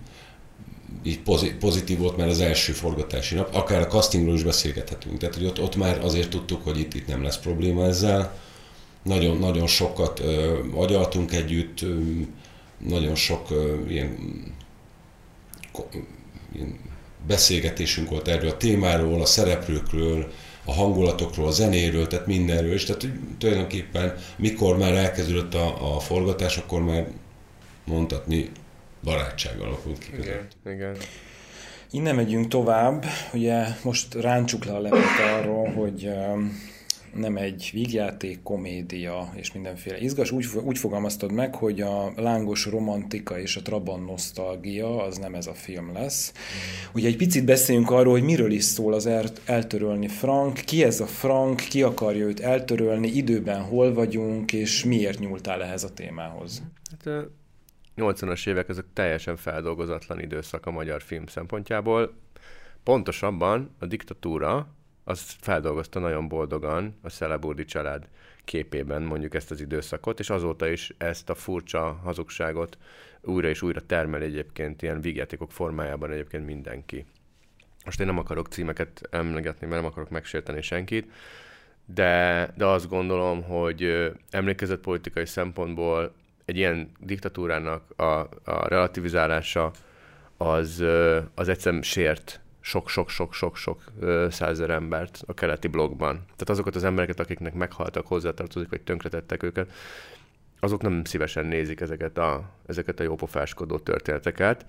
így pozitív volt már az első forgatási nap, akár a castingról is beszélgethetünk, tehát hogy ott, ott már azért tudtuk, hogy itt, itt nem lesz probléma ezzel. Nagyon, nagyon sokat ö, agyaltunk együtt, ö, nagyon sok ö, ilyen, ko, ilyen beszélgetésünk volt erről a témáról, a szereplőkről, a hangulatokról, a zenéről, tehát mindenről, és tehát tulajdonképpen mikor már elkezdődött a, a forgatás, akkor már mondhatni barátság alakult ki között. Igen, igen. Innen megyünk tovább, ugye most ráncsuk le a levet arról, hogy nem egy vígjáték, komédia és mindenféle izgas. Úgy, úgy fogalmaztad meg, hogy a lángos romantika és a trabant nosztalgia az nem ez a film lesz. Ugye egy picit beszéljünk arról, hogy miről is szól az eltörölni Frank, ki ez a Frank, ki akarja őt eltörölni, időben hol vagyunk, és miért nyúltál ehhez a témához? Hát, nyolcvanas évek ezek teljesen feldolgozatlan időszak a magyar film szempontjából. Pontosabban a diktatúra az feldolgozta nagyon boldogan a Szeleburdi család képében mondjuk ezt az időszakot, és azóta is ezt a furcsa hazugságot újra és újra termel egyébként ilyen vígjátékok formájában egyébként mindenki. Most én nem akarok címeket emlegetni, mert nem akarok megsérteni senkit, de, de azt gondolom, hogy emlékezetpolitikai szempontból egy ilyen diktatúrának a, a relativizálása az, az egyszerűen sért sok-sok-sok-sok-sok százezer embert a keleti blokkban. Tehát azokat az embereket, akiknek meghaltak, hozzátartozik, vagy tönkretettek őket, azok nem szívesen nézik ezeket a, ezeket a jópofáskodó történeteket,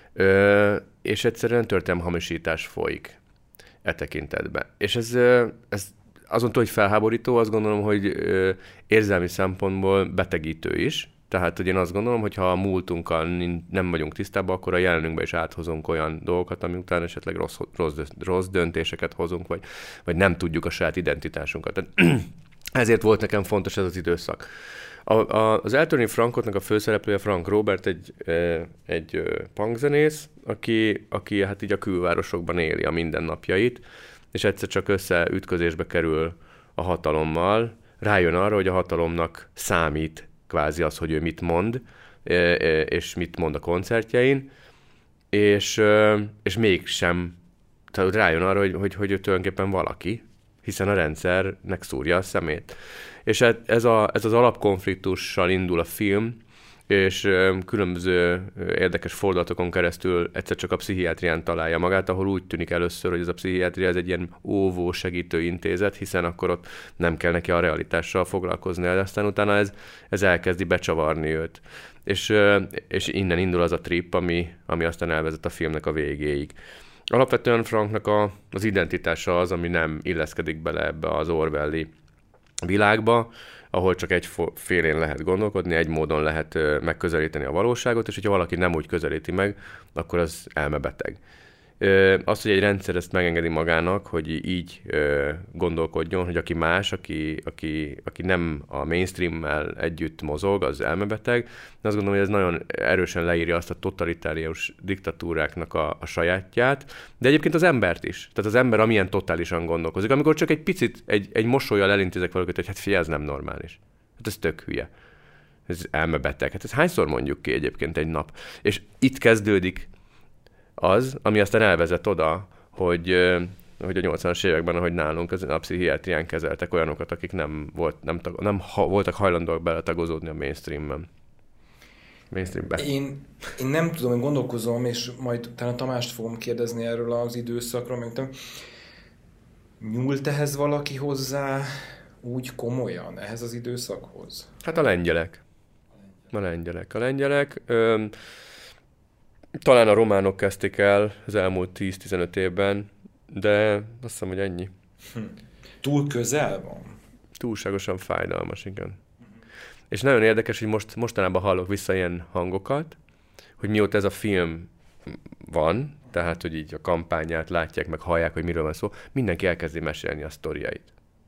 Ö, és egyszerűen történelmhamisítás folyik e tekintetben. És ez, ez azon túl, hogy felháborító, azt gondolom, hogy érzelmi szempontból betegítő is. Tehát, hogy én azt gondolom, hogy ha a múltunkkal nem vagyunk tisztában, akkor a jelenünkbe is áthozunk olyan dolgokat, ami után esetleg rossz, rossz, rossz döntéseket hozunk, vagy, vagy nem tudjuk a saját identitásunkat. Tehát ezért volt nekem fontos ez az időszak. A, a, az Eltörölni Frankotnak a főszereplője Frank Robert egy, egy punkzenész, aki, aki hát így a külvárosokban éli a mindennapjait, és egyszer csak összeütközésbe kerül a hatalommal, rájön arra, hogy a hatalomnak számít kvázi az, hogy ő mit mond, és mit mond a koncertjein, és, és mégsem, tehát rájön arra, hogy, hogy, hogy ő tulajdonképpen valaki, hiszen a rendszernek szúrja a szemét. És ez, a, ez az alapkonfliktussal indul a film, és különböző érdekes fordulatokon keresztül egyszer csak a pszichiátrián találja magát, ahol úgy tűnik először, hogy ez a pszichiátria ez egy ilyen óvó segítő intézet, hiszen akkor ott nem kell neki a realitással foglalkozni, de aztán utána ez, ez elkezdi becsavarni őt. És, és innen indul az a trip, ami, ami aztán elvezet a filmnek a végéig. Alapvetően Franknak a, az identitása az, ami nem illeszkedik bele ebbe az Orwelli világba, ahol csak egy félén lehet gondolkodni, egy módon lehet megközelíteni a valóságot, és hogyha valaki nem úgy közelíti meg, akkor az elmebeteg. Az, hogy egy rendszer ezt megengedi magának, hogy így gondolkodjon, hogy aki más, aki, aki, aki nem a mainstreammel együtt mozog, az elmebeteg. De azt gondolom, hogy ez nagyon erősen leírja azt a totalitárius diktatúráknak a, a sajátját, de egyébként az embert is. Tehát az ember amilyen totálisan gondolkozik. Amikor csak egy picit, egy, egy mosollyal elintézek valakit, hogy hát figyelj, ez nem normális. Hát ez tök hülye. Ez elmebeteg. Hát ez hányszor mondjuk ki egyébként egy nap? És itt kezdődik az, ami aztán elvezet oda, hogy, hogy a nyolcvanas években, ahogy nálunk az a pszichiátrián kezeltek olyanokat, akik nem, volt, nem, nem ha, voltak hajlandóak beletagozódni a mainstreamben. Mainstreamben. Én, én nem tudom, én gondolkozom, és majd talán Tamást fogom kérdezni erről az időszakról, meg nem. Nyúlt ehhez valaki hozzá úgy komolyan, ehhez az időszakhoz? Hát a lengyelek. A lengyelek. A lengyelek... Ö, Talán a románok kezdték el az elmúlt tíz-tizenöt évben, de azt hiszem, hogy ennyi. Hm. Túl közel van? Túlságosan fájdalmas, igen. Uh-huh. És nagyon érdekes, hogy most, mostanában hallok vissza ilyen hangokat, hogy mióta ez a film van, tehát, hogy így a kampányát látják, meg hallják, hogy miről van szó, mindenki elkezdi mesélni a sztoriait.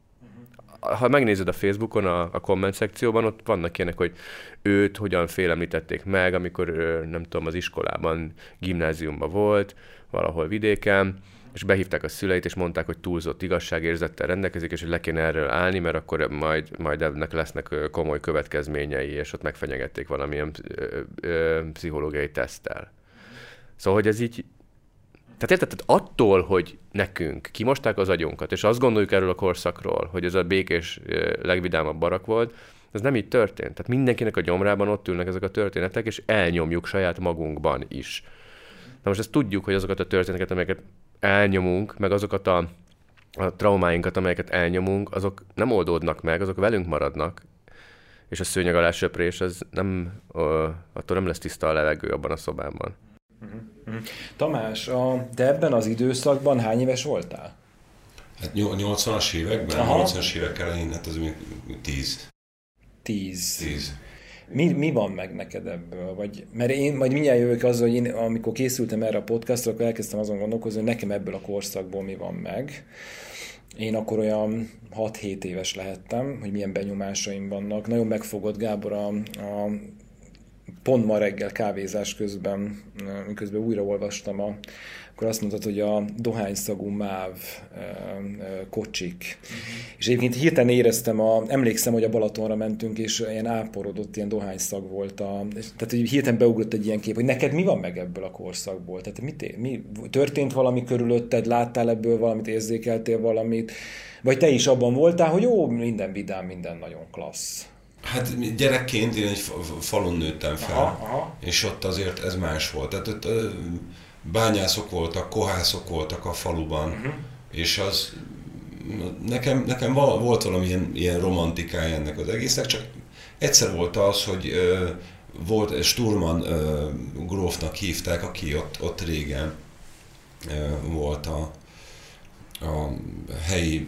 Ha megnézed a Facebookon, a, a komment szekcióban, ott vannak ilyenek, hogy őt hogyan félemlítették meg, amikor nem tudom, az iskolában, gimnáziumban volt, valahol vidéken, és behívták a szüleit, és mondták, hogy túlzott igazságérzettel rendelkezik, és hogy le kéne erről állni, mert akkor majd, majd ennek lesznek komoly következményei, és ott megfenyegették valamilyen ö, ö, pszichológiai teszttel. Szóval, hogy ez így... Tehát érted, tehát attól, hogy nekünk kimosták az agyunkat, és azt gondoljuk erről a korszakról, hogy ez a békés, legvidámabb barak volt, ez nem így történt. Tehát mindenkinek a gyomrában ott ülnek ezek a történetek, és elnyomjuk saját magunkban is. Na most ezt tudjuk, hogy azokat a történeteket, amelyeket elnyomunk, meg azokat a, a traumáinkat, amelyeket elnyomunk, azok nem oldódnak meg, azok velünk maradnak, és a szőnyeg alá söprés, az nem, ö, attól nem lesz tiszta a levegő abban a szobában. Uh-huh. Uh-huh. Tamás, a, te ebben az időszakban hány éves voltál? Hát nyolcvanas években, Aha. nyolcvanas évek elején, hát az még tíz. Tíz. Tíz. Mi, mi van meg neked ebből? Vagy, mert én majd mindjárt jövök azzal, hogy én, amikor készültem erre a podcastra, akkor elkezdtem azon gondolkozni, hogy nekem ebből a korszakból mi van meg. Én akkor olyan hat-hét éves lehettem, hogy milyen benyomásaim vannak. Nagyon megfogott, Gábor, a, a pont ma reggel kávézás közben, miközben újraolvastam, a, akkor azt mondtad, hogy a dohányszagú máv e, e, kocsik. Uh-huh. És egyébként hirtelen éreztem, a, emlékszem, hogy a Balatonra mentünk, és ilyen áporodott, ilyen dohányszag volt. A, tehát hogy hirtelen beugrott egy ilyen kép, hogy neked mi van meg ebből a korszakból? Tehát mit, mi, történt valami körülötted, láttál ebből valamit, érzékeltél valamit? Vagy te is abban voltál, hogy jó, minden vidám, minden nagyon klassz. Hát gyerekként én egy falun nőttem fel, aha, aha. És ott azért ez más volt. Tehát ott bányászok voltak, kohászok voltak a faluban, uh-huh. És az nekem, nekem volt valami ilyen, ilyen romantikája ennek az egésznek, csak egyszer volt az, hogy uh, volt Sturman uh, grófnak hívták, aki ott, ott régen uh, volt a, a helyi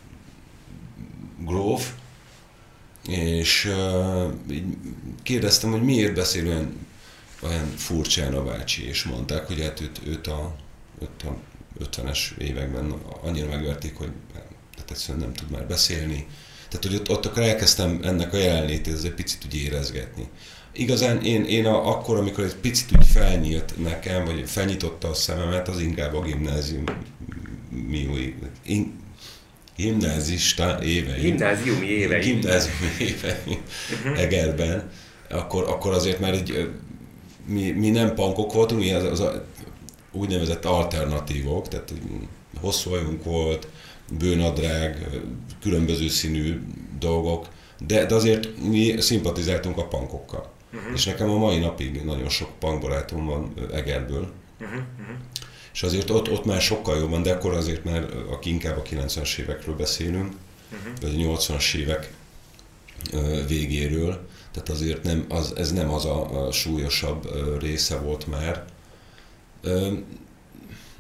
gróf, és uh, kérdeztem, hogy miért beszél olyan, olyan furcsán a bácsi, és mondták, hogy hát őt, őt a, őt a ötvenes években annyira megverték, hogy hát egyszerűen nem tud már beszélni. Tehát, hogy ott, ott akkor elkezdtem ennek a jelenlétét egy picit úgy érezgetni. Igazán én, én a, akkor, amikor egy picit úgy felnyílt nekem, vagy felnyitotta a szememet, az inkább a gimnázium miúi. Gimnázista évei. Gimnáziumi évei. Gimnáziumi évei Egerben. Akkor, akkor azért már egy, mi, mi nem punkok voltunk, mi az, az a úgynevezett alternatívok, tehát hosszú hajunk volt, bőnadrág, különböző színű dolgok, de, de azért mi szimpatizáltunk a punkokkal. Uh-huh. És nekem a mai napig nagyon sok punk barátom van Egerből. Uh-huh. És azért ott, ott már sokkal jobban, de akkor azért már aki inkább a kilencvenes évekről beszélünk, uh-huh. vagy a nyolcvanas évek végéről, tehát azért nem, az, ez nem az a, a súlyosabb része volt már.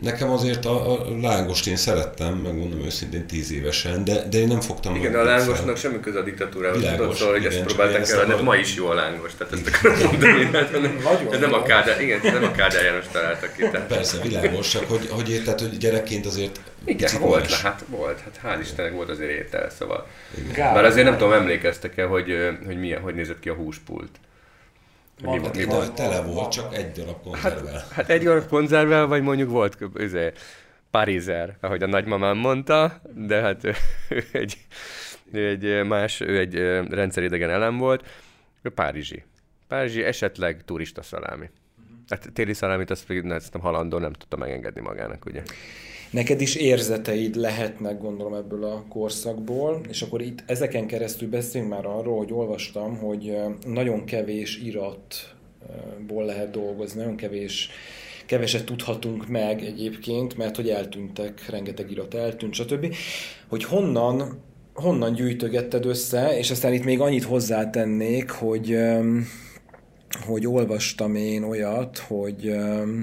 Nekem azért a, a lángost én szerettem, megmondom őszintén tíz évesen, de, de én nem fogtam... Igen, a lángosnak semmi köze a diktatúrához. Tudod, szóval, hogy igen, ezt próbálták el, de ma is jó a lángos. Tehát ezt akarom mondani. Ez nem a Kádár, igen, ez nem a Kádár János találtak ki. Tehát. Persze, világos, csak hogy, hogy érted, hogy gyerekként azért... Igen, volt, le, hát volt, hát hál' Istennek volt azért étel, szóval. Bár azért nem tudom, emlékeztek-e, hogy, hogy milyen, hogy nézett ki a húspult. Mi, mi volt? Tele volt, csak egy darab konzervvel. Hát, hát egy darab konzervvel, vagy mondjuk volt azért, parizer, ahogy a nagymamám mondta, de hát ő, ő, egy, ő egy más, ő egy rendszeridegen elem volt, ő párizsi. Párizsi, esetleg turista szalámi. Hát téli szalámit azt nem halandó, nem tudta megengedni magának, ugye. Neked is érzeteid lehetnek, gondolom, ebből a korszakból, és akkor itt ezeken keresztül beszélünk már arról, hogy olvastam, hogy nagyon kevés iratból lehet dolgozni, nagyon kevés, keveset tudhatunk meg egyébként, mert hogy eltűntek, rengeteg irat eltűnt, stb. Hogy honnan, honnan gyűjtögetted össze, és aztán itt még annyit hozzátennék, hogy, hogy olvastam én olyat, hogy...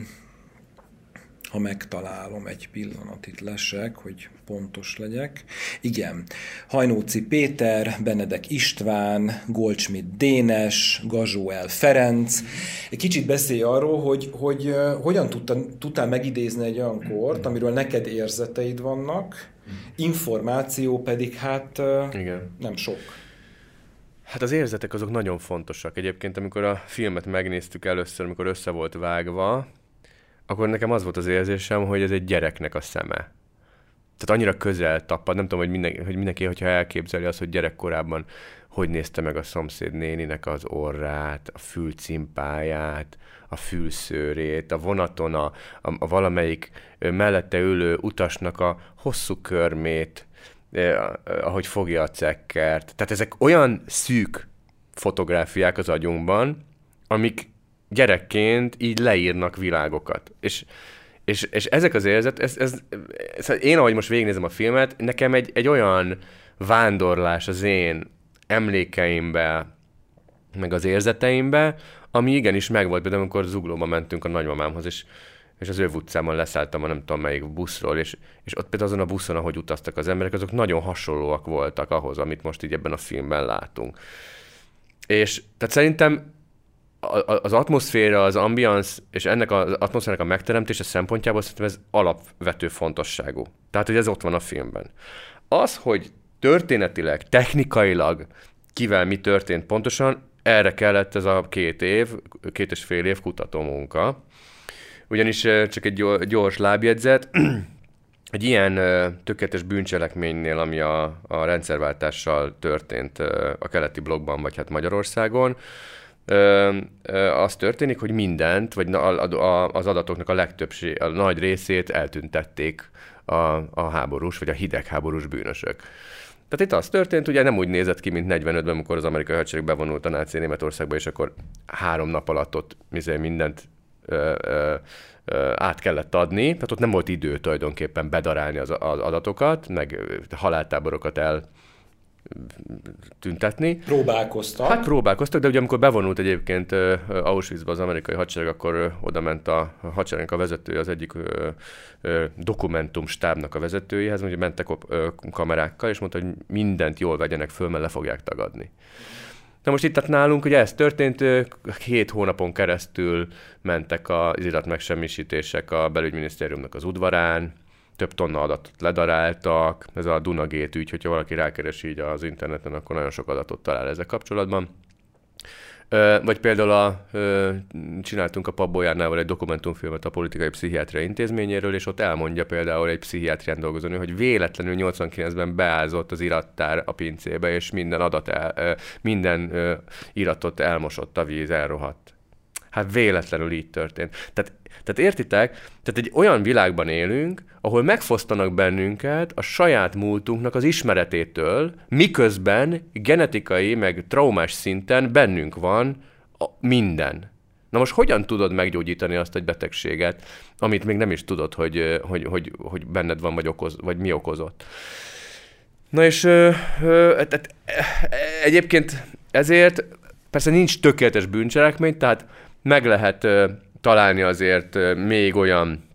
ha megtalálom egy pillanat, itt lesek, hogy pontos legyek. Igen. Hajnóci Péter, Benedek István, Goldschmidt Dénes, Gazsóel Ferenc. Egy kicsit beszélj arról, hogy, hogy uh, hogyan tudtál, tudtál megidézni egy olyan kort, amiről neked érzeteid vannak, információ pedig hát uh, Igen. nem sok. Hát az érzetek azok nagyon fontosak. Egyébként, amikor a filmet megnéztük először, amikor össze volt vágva, akkor nekem az volt az érzésem, hogy ez egy gyereknek a szeme. Tehát annyira közel tapad, nem tudom, hogy mindenki, hogy mindenki, hogyha elképzeli azt, hogy gyerekkorában hogy nézte meg a szomszéd néninek az orrát, a fülcimpáját, a fülszőrét, a vonaton a, a, a valamelyik mellette ülő utasnak a hosszú körmét, eh, ahogy fogja a cekkert. Tehát ezek olyan szűk fotográfiák az agyunkban, amik gyerekként így leírnak világokat. És, és, és ezek az érzet, ez, ez, ez, én ahogy most végignézem a filmet, nekem egy, egy olyan vándorlás az én emlékeimbe, meg az érzeteimbe, ami igenis megvolt, például amikor Zuglóba mentünk a nagymamámhoz, és, és az Öv utcában leszálltam a nem tudom melyik buszról, és, és ott például azon a buszon, ahogy utaztak az emberek, azok nagyon hasonlóak voltak ahhoz, amit most így ebben a filmben látunk. És tehát szerintem az atmoszféra, az ambiance és ennek az atmoszférának a megteremtése szempontjából szerintem ez alapvető fontosságú. Tehát, hogy ez ott van a filmben. Az, hogy történetileg, technikailag kivel mi történt pontosan, erre kellett ez a két év, két és fél év kutatómunka. Ugyanis csak egy gyors lábjegyzet, egy ilyen tökéletes bűncselekménynél, ami a, a rendszerváltással történt a keleti blokkban, vagy hát Magyarországon, Ö, ö, az történik, hogy mindent, vagy a, a, az adatoknak a legtöbbség, a nagy részét eltüntették a, a háborús, vagy a hidegháborús bűnösök. Tehát itt az történt, ugye nem úgy nézett ki, mint negyvenötben, amikor az amerikai hadsereg bevonult a náci Németországba, és akkor három nap alatt ott mindent ö, ö, ö, át kellett adni. Tehát ott nem volt idő tulajdonképpen bedarálni az, az adatokat, meg haláltáborokat el tüntetni. Próbálkoztak. Hát próbálkoztak, de ugye amikor bevonult egyébként uh, Auschwitzba az amerikai hadsereg, akkor uh, oda ment a hadseregnek a vezetője, az egyik uh, uh, dokumentumstábnak a vezetőjéhez, hogy mentek uh, kamerákkal, és mondta, hogy mindent jól vegyenek föl, mert le fogják tagadni. Na most itt tehát nálunk ugye ez történt, uh, hét hónapon keresztül mentek az iratmegsemmisítések a belügyminisztériumnak az udvarán, több tonna adatot ledaráltak, ez a Dunagét ügy, hogyha valaki rákeres így az interneten, akkor nagyon sok adatot talál ezzel kapcsolatban. Vagy például a, csináltunk a Pabbolyárnával egy dokumentumfilmet a Politikai Pszichiátria Intézményéről, és ott elmondja például egy pszichiátrián dolgozó nő, hogy véletlenül nyolcvankilencben beázott az irattár a pincébe, és minden adat, el, minden iratot elmosott a víz, elrohadt. Hát véletlenül így történt. Tehát, tehát értitek? Tehát egy olyan világban élünk, ahol megfosztanak bennünket a saját múltunknak az ismeretétől, miközben genetikai, meg traumás szinten bennünk van a minden. Na most hogyan tudod meggyógyítani azt egy betegséget, amit még nem is tudod, hogy, hogy, hogy, hogy benned van, vagy, okoz, vagy mi okozott? Na és ö, ö, tehát, egyébként ezért persze nincs tökéletes bűncselekmény, tehát meg lehet uh, találni azért uh, még olyan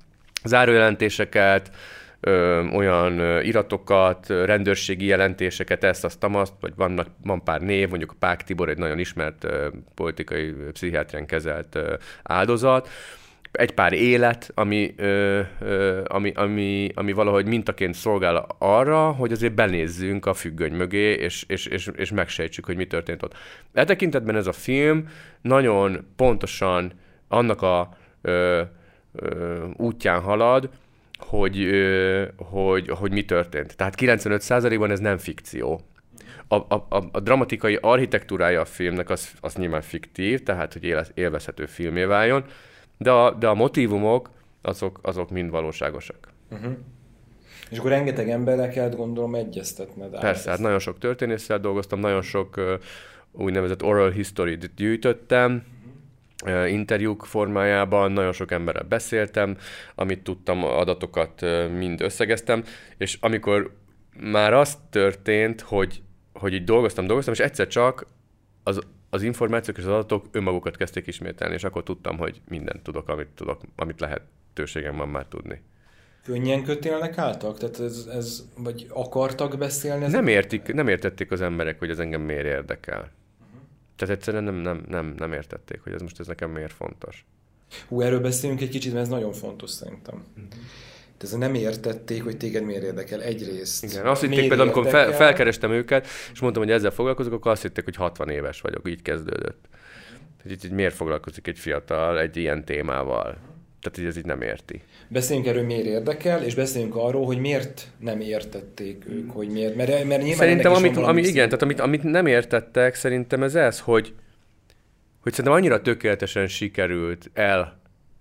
zárójelentéseket, ö, olyan ö, iratokat, ö, rendőrségi jelentéseket, ezt, azt, azt, vagy vannak, van pár név, mondjuk a Pák Tibor egy nagyon ismert ö, politikai pszichiátrián kezelt ö, áldozat, egy pár élet, ami, ö, ö, ami, ami, ami valahogy mintaként szolgál arra, hogy azért benézzünk a függöny mögé, és, és, és, és megsejtsük, hogy mi történt ott. E tekintetben ez a film nagyon pontosan annak a ö, ö, útján halad, hogy, ö, hogy, hogy mi történt. Tehát kilencvenöt százalékban ez nem fikció. A, a, a, a dramatikai architektúrája a filmnek az, az nyilván fiktív, tehát hogy élvezhető filmé váljon, de a, de a motívumok azok, azok mind valóságosak. Uh-huh. És akkor rengeteg emberrel kellett gondolom egyeztetned. Persze, hát nagyon sok történésszel dolgoztam, nagyon sok uh, úgynevezett oral history-t gyűjtöttem, uh, interjúk formájában, nagyon sok emberrel beszéltem, amit tudtam, adatokat uh, mind összegeztem, és amikor már az történt, hogy, hogy így dolgoztam, dolgoztam, és egyszer csak az az információk és az adatok önmagukat kezdték ismételni, és akkor tudtam, hogy mindent tudok, amit tudok, amit lehetőségem van már tudni. Könnyen kötélnek álltak? Tehát ez, ez, vagy akartak beszélni? Nem, értik, nem értették az emberek, hogy ez engem miért érdekel. Uh-huh. Tehát egyszerűen nem, nem, nem, nem értették, hogy ez most ez nekem miért fontos. Hú, erről beszéljünk egy kicsit, mert ez nagyon fontos szerintem. Uh-huh. Ez nem értették, hogy téged miért érdekel egyrészt. Igen, azt hitték például, amikor fel, felkerestem őket, és mondtam, hogy ezzel foglalkozok, akkor azt hitték, hogy hatvan éves vagyok, így kezdődött. Tehát így, így miért foglalkozik egy fiatal egy ilyen témával? Tehát így ez így nem érti. Beszéljünk erről, miért érdekel, és beszéljünk arról, hogy miért nem értették ők, hogy miért. Mert, mert nyilván szerintem, amit, ami, igen, tehát amit, amit nem értettek, szerintem ez ez, hogy, hogy szerintem annyira tökéletesen sikerült el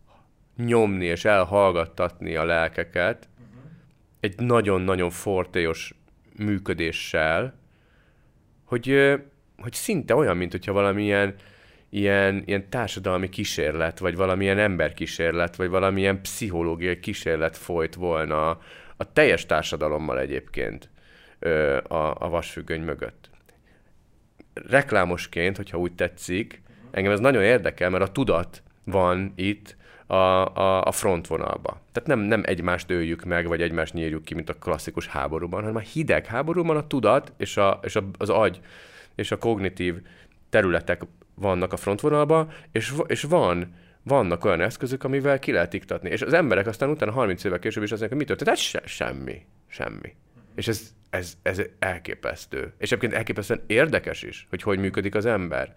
nyomni és elhallgattatni a lelkeket uh-huh. egy nagyon-nagyon fortélyos működéssel, hogy, hogy szinte olyan, mint hogyha valamilyen ilyen, ilyen társadalmi kísérlet, vagy valamilyen emberkísérlet, vagy valamilyen pszichológiai kísérlet folyt volna a teljes társadalommal egyébként a, a vasfüggöny mögött. Reklámosként, hogyha úgy tetszik, engem ez nagyon érdekel, mert a tudat van itt a, a, a frontvonalba. Tehát nem, nem egymást öljük meg, vagy egymást nyírjuk ki, mint a klasszikus háborúban, hanem a hideg háborúban a tudat és, a, és a, az agy és a kognitív területek vannak a frontvonalban, és, és van, vannak olyan eszközök, amivel ki lehet iktatni. És az emberek aztán utána harminc évvel később is azt mondják, hogy mi történt? Hát se, semmi. Semmi. És ez, ez, ez elképesztő. És egyébként elképesztően érdekes is, hogy hogy működik az ember.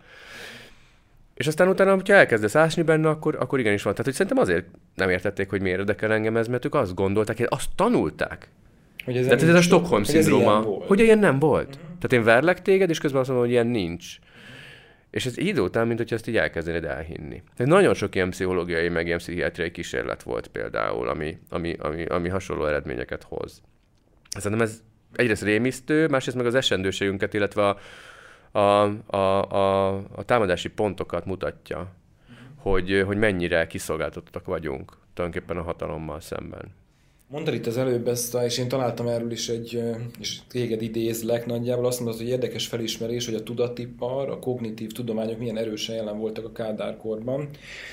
És aztán utána, hogyha elkezdesz ásni benne, akkor, akkor igenis van. Tehát, hogy szerintem azért nem értették, hogy miért érdekel engem ez, mert ők azt gondolták, hogy azt tanulták. Hogy ez, Tehát ez a Stockholm-szindróma, hogy, hogy ilyen nem volt. Uh-huh. Tehát én verlek téged, és közben azt mondom, hogy ilyen nincs. És ez idő után, mint hogyha ezt így elkezdenéd elhinni. Tehát nagyon sok ilyen pszichológiai, meg ilyen pszichiátriai kísérlet volt például, ami, ami, ami, ami hasonló eredményeket hoz. Szerintem ez egyrészt rémisztő, másrészt meg az esendőségünket, illetve a, a, a, a, a támadási pontokat mutatja, uh-huh. hogy, hogy mennyire kiszolgáltatottak vagyunk tulajdonképpen a hatalommal szemben. Mondtad itt az előbb ezt, és én találtam erről is egy, és téged idézlek nagyjából, azt mondod, hogy érdekes felismerés, hogy a tudatipar, a kognitív tudományok milyen erősen jelen voltak a Kádár-korban.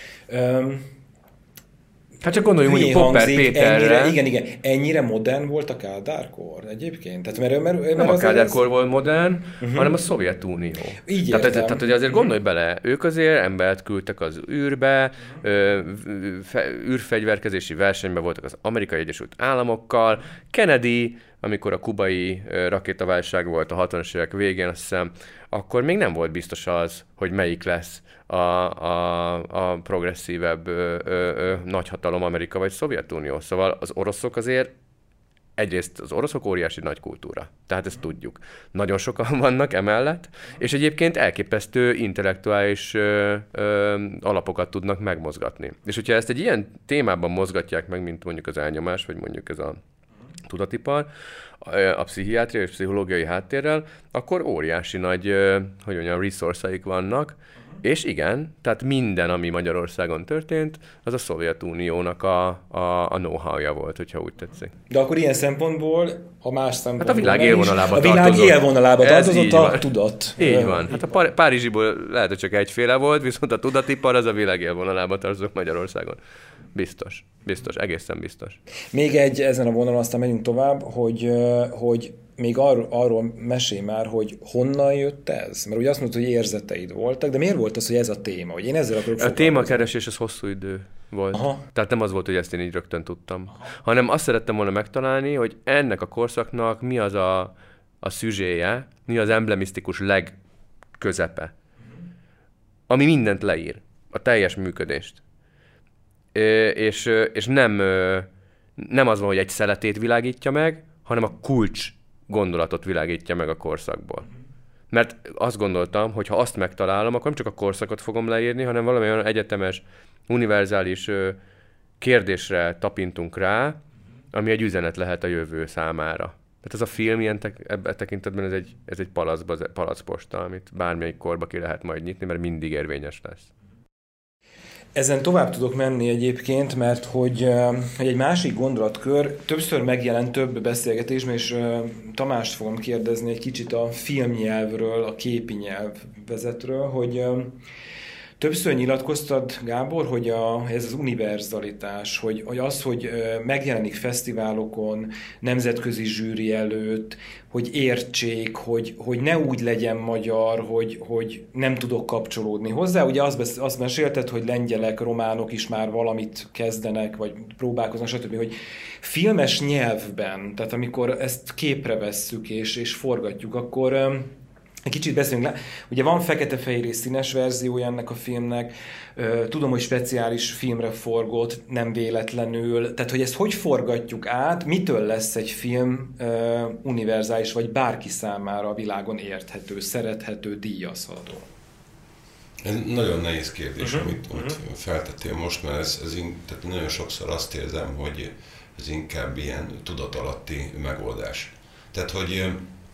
Um, Hát csak gondoljunk mondjuk Popper Péterre. Ennyire, igen, igen. Ennyire modern volt a Kádár-kor egyébként? Tehát, mert, mert, mert nem a Kádár-kor ez... volt modern, uh-huh. hanem a Szovjetunió. Így tehát, tehát, tehát, hogy azért gondolj bele, ők azért embert küldtek az űrbe, uh-huh. űrfegyverkezési versenyben voltak az Amerikai Egyesült Államokkal, Kennedy, amikor a kubai rakétaválság volt a hatvanas évek végén, azt hiszem, akkor még nem volt biztos az, hogy melyik lesz a, a, a progresszívebb ö, ö, ö, nagyhatalom, Amerika vagy Szovjetunió. Szóval az oroszok azért, egyrészt az oroszok óriási nagy kultúra, tehát ezt tudjuk. Nagyon sokan vannak emellett, és egyébként elképesztő intellektuális ö, ö, alapokat tudnak megmozgatni. És hogyha ezt egy ilyen témában mozgatják meg, mint mondjuk az elnyomás, vagy mondjuk ez a tudatipar, a pszichiátriai és pszichológiai háttérrel, akkor óriási nagy, hogy mondjam, resource-aik vannak, és igen, tehát minden, ami Magyarországon történt, az a Szovjetuniónak a, a, a know-how-ja volt, hogyha úgy tetszik. De akkor ilyen szempontból, ha más szempontból... Hát a világ élvonalába tartozott. A világ élvonalába tartozott a tudat. Így van. Hát a Pár- Párizsiból lehet, hogy csak egyféle volt, viszont a tudatipar az a világ élvonalába tartozott Magyarországon. Biztos. Biztos, egészen biztos. Még egy ezen a vonalon, aztán megyünk tovább, hogy, hogy még arról, arról mesélj már, hogy honnan jött ez? Mert ugye azt mondtad, hogy érzeteid voltak, de miért volt az, hogy ez a téma? Hogy én ezzel akarok foglalkozni? A témakeresés az hosszú idő volt. Aha. Tehát nem az volt, hogy ezt én így rögtön tudtam. Aha. Hanem azt szerettem volna megtalálni, hogy ennek a korszaknak mi az a, a szüzséje, mi az emblematikus legközepe, ami mindent leír, a teljes működést. És, és nem, nem az van, hogy egy szeletét világítja meg, hanem a kulcs gondolatot világítja meg a korszakból. Mert azt gondoltam, hogy ha azt megtalálom, akkor nem csak a korszakot fogom leírni, hanem valami olyan egyetemes, univerzális kérdésre tapintunk rá, ami egy üzenet lehet a jövő számára. Tehát ez a film ilyen te- ebben tekintetben ez egy, ez egy palacba, palacposta, amit bármelyik korba ki lehet majd nyitni, mert mindig érvényes lesz. Ezen tovább tudok menni egyébként, mert hogy, hogy egy másik gondolatkör többször megjelent több beszélgetésben, és Tamást fogom kérdezni egy kicsit a filmnyelvről, a képi nyelvezetről, hogy többször nyilatkoztad, Gábor, hogy a, ez az univerzalitás, hogy, hogy az, hogy megjelenik fesztiválokon, nemzetközi zsűri előtt, hogy értsék, hogy, hogy ne úgy legyen magyar, hogy, hogy nem tudok kapcsolódni hozzá. Ugye azt, azt mesélted, hogy lengyelek, románok is már valamit kezdenek, vagy próbálkoznak, stb., hogy filmes nyelvben, tehát amikor ezt képre vesszük és, és forgatjuk, akkor... Egy kicsit beszélünk le. Ugye van fekete-fehér és színes verziója ennek a filmnek. Tudom, hogy speciális filmre forgott, nem véletlenül. Tehát, hogy ezt hogy forgatjuk át, mitől lesz egy film uh, univerzális, vagy bárki számára a világon érthető, szerethető, díjazható? Ez nagyon nehéz kérdés, uh-huh. amit, amit uh-huh. feltettél most, mert ez, ez in, tehát nagyon sokszor azt érzem, hogy ez inkább ilyen tudatalatti megoldás. Tehát, hogy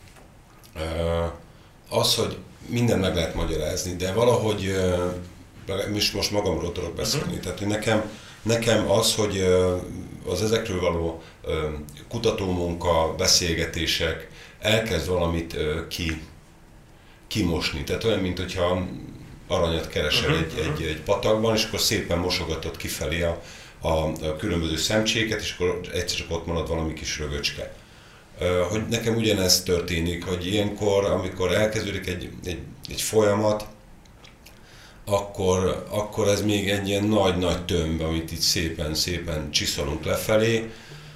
uh, az, hogy minden meg lehet magyarázni, de valahogy, most, most magamról tudok beszélni, uh-huh. tehát hogy nekem, nekem az, hogy az ezekről való kutatómunka, beszélgetések elkezd valamit ki, kimosni. Tehát olyan, mint hogyha aranyat keresel uh-huh. egy, egy, egy patakban, és akkor szépen mosogatod kifelé a, a, a különböző szemcséket, és akkor egyszer csak ott marad valami kis rögöcske. Hogy nekem ugyanezt történik, hogy ilyenkor, amikor elkezdődik egy, egy, egy folyamat, akkor, akkor ez még egy ilyen nagy-nagy tömb, amit itt szépen-szépen csiszolunk lefelé.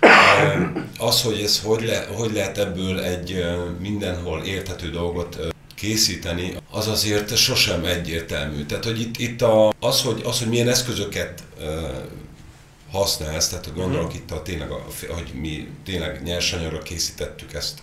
Az, hogy ez hogy, le, hogy lehet ebből egy mindenhol érthető dolgot készíteni, az azért sosem egyértelmű. Tehát, hogy itt, itt a, az, hogy, az, hogy milyen eszközöket használsz, tehát gondolok uh-huh. itt a tényleg, a, hogy mi tényleg nyersanyagra készítettük ezt,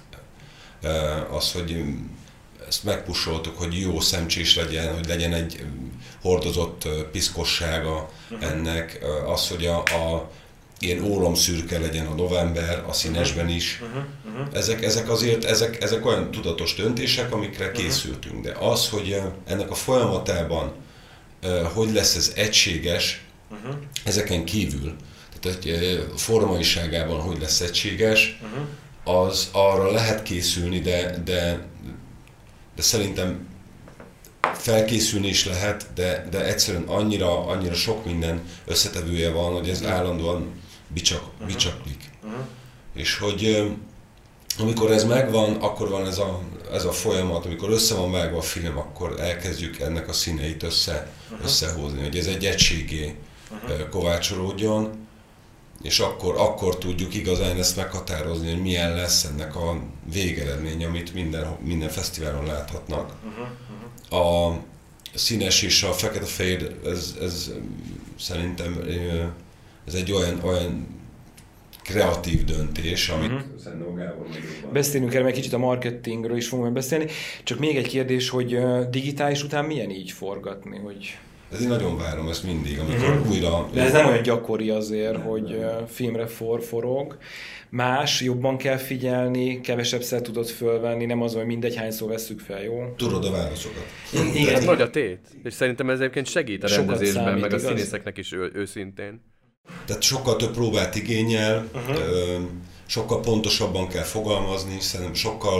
az, hogy ezt megpusoltuk, hogy jó szemcsés legyen, hogy legyen egy hordozott piszkossága uh-huh. ennek, az, hogy a, a ilyen ólomszürke legyen a november, a színesben is. Uh-huh. Uh-huh. Ezek, ezek azért, ezek, ezek olyan tudatos döntések, amikre uh-huh. készültünk, de az, hogy ennek a folyamatában hogy lesz ez egységes, Uh-huh. ezeken kívül, tehát egy formaiságában hogy lesz egységes, uh-huh. az arra lehet készülni, de, de, de szerintem felkészülni is lehet, de, de egyszerűen annyira, annyira sok minden összetevője van, hogy ez állandóan bicsak, uh-huh. bicsaklik. Uh-huh. És hogy amikor ez megvan, akkor van ez a, ez a folyamat, amikor össze van vágva a film, akkor elkezdjük ennek a színeit össze, uh-huh. összehozni, hogy ez egy egységé uh-huh. kovácsolódjon, és akkor, akkor tudjuk igazán ezt meghatározni, hogy milyen lesz ennek a végeredmény, amit minden, minden fesztiválon láthatnak. Uh-huh. A színes és a fekete-fehér, ez, ez szerintem ez egy olyan, olyan kreatív döntés, amit uh-huh. szerintem Gábor mondjuk. Beszélünk erről, egy kicsit a marketingről is fogunk beszélni. Csak még egy kérdés, hogy digitális után milyen így forgatni, hogy... Ez én nagyon várom ezt mindig, amikor uh-huh. újra... De ez nem olyan gyakori azért, nem, hogy nem. filmre for, forog. Más, jobban kell figyelni, kevesebbszer tudod fölvenni, nem az, hogy mindegy, hányszor vesszük fel, jó? Tudod a válaszokat. Igen, ez nagy a tét. És szerintem ez egyébként segít a rendezésben, számít, meg a igaz? Színészeknek is ő, őszintén. Tehát sokkal több próbát igényel, uh-huh. sokkal pontosabban kell fogalmazni, szerintem sokkal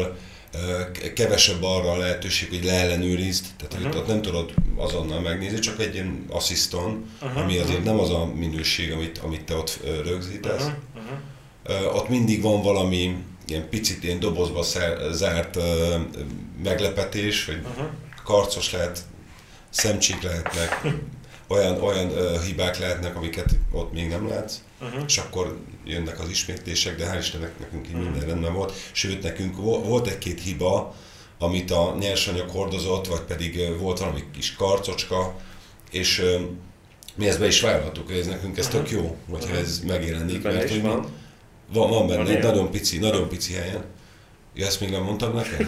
kevesebb arra a lehetőség, hogy leellenőrizd, tehát uh-huh. hogy ott nem tudod azonnal megnézni, csak egy ilyen assziszton, uh-huh. ami azért nem az a minőség, amit, amit te ott rögzítesz. Uh-huh. Uh, ott mindig van valami ilyen picit ilyen dobozba zárt uh, meglepetés, hogy uh-huh. karcos lehet, szemcsék lehetnek, olyan, olyan uh, hibák lehetnek, amiket ott még nem látsz, uh-huh. és akkor jönnek az ismétlések, de hál' Istennek nekünk így uh-huh. minden rendben volt. Sőt, nekünk volt egy-két hiba, amit a nyersanyag hordozott, vagy pedig volt valami kis karcocska, és uh, mi ezt be is vállaltuk, hogy ez nekünk ez uh-huh. tök jó, vagy uh-huh. ez megjelenik, mert hogy van. Van, van benne, egy nagyon pici, nagyon pici helyen. Ja, ezt még nem mondtam neked?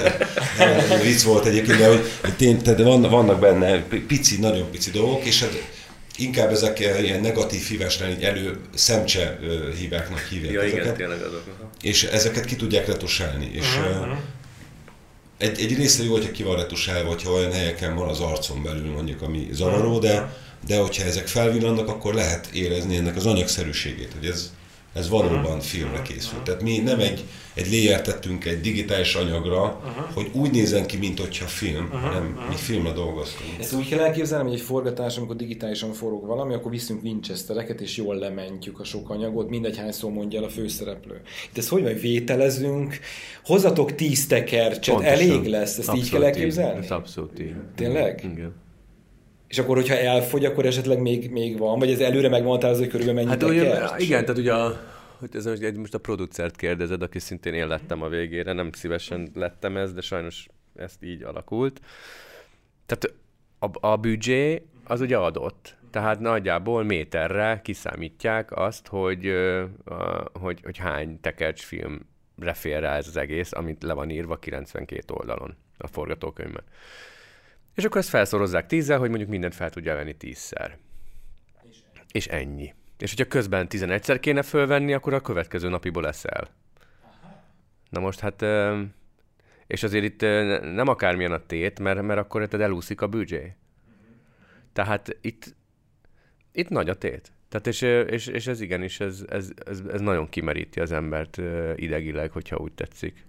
Vicc volt egyébként, de hogy tény, de vannak benne pici, nagyon pici dolgok, és hát inkább ezek ilyen negatív hívásnál így elő szemcse hibáknak hívják ja, ezeket. Igen, tényleg azok. És ezeket ki tudják retusálni. És uh-huh. egy, egy része jó, hogyha ki van retusálva, hogyha olyan helyeken van az arcon belül mondjuk, ami zavaró, de, de hogyha ezek felvillannak, akkor lehet érezni ennek az anyagszerűségét, hogy ez Ez valóban uh-huh. filmre készült. Tehát mi nem egy, egy léjert tettünk egy digitális anyagra, uh-huh. hogy úgy nézzen ki, mint hogyha film, uh-huh. hanem uh-huh. mi filmre dolgoztunk. Ezt úgy kell elképzelni, hogy egy forgatás, amikor digitálisan forog valami, akkor viszünk Winchestereket, és jól lementjük a sok anyagot, mindegy hányszor mondja el a főszereplő. Itt ez hogy van, vételezünk, hozzatok tíz tekercset, pontosan. Elég lesz, ezt abszolút így kell elképzelni? Ez abszolút így. Tényleg? Igen. És akkor, hogyha elfogy, akkor esetleg még, még van, vagy ez előre meg van határozva, hogy körülbelül mennyi hát tekert? Igen, tehát ugye a, hogy ez most, most a producert kérdezed, aki szintén én lettem a végére, nem szívesen lettem ezt, de sajnos ezt így alakult. Tehát a, a büdzsé az ugye adott. Tehát nagyjából méterre kiszámítják azt, hogy, a, hogy, hogy hány tekercsfilmre fér rá ez az egész, amit le van írva kilencvenkét oldalon a forgatókönyvben. És akkor ezt felszorozzák tízzel, hogy mondjuk mindent fel tudja venni tízszer. És, és ennyi. És hogyha közben tizenegyszer kéne fölvenni, akkor a következő napiból leszel. Aha. Na most hát, és azért itt nem akármilyen a tét, mert, mert akkor itt elúszik a büdzsé. Uh-huh. Tehát itt, itt nagy a tét. Tehát és, és, és ez igenis, ez, ez, ez, ez nagyon kimeríti az embert idegileg, hogyha úgy tetszik.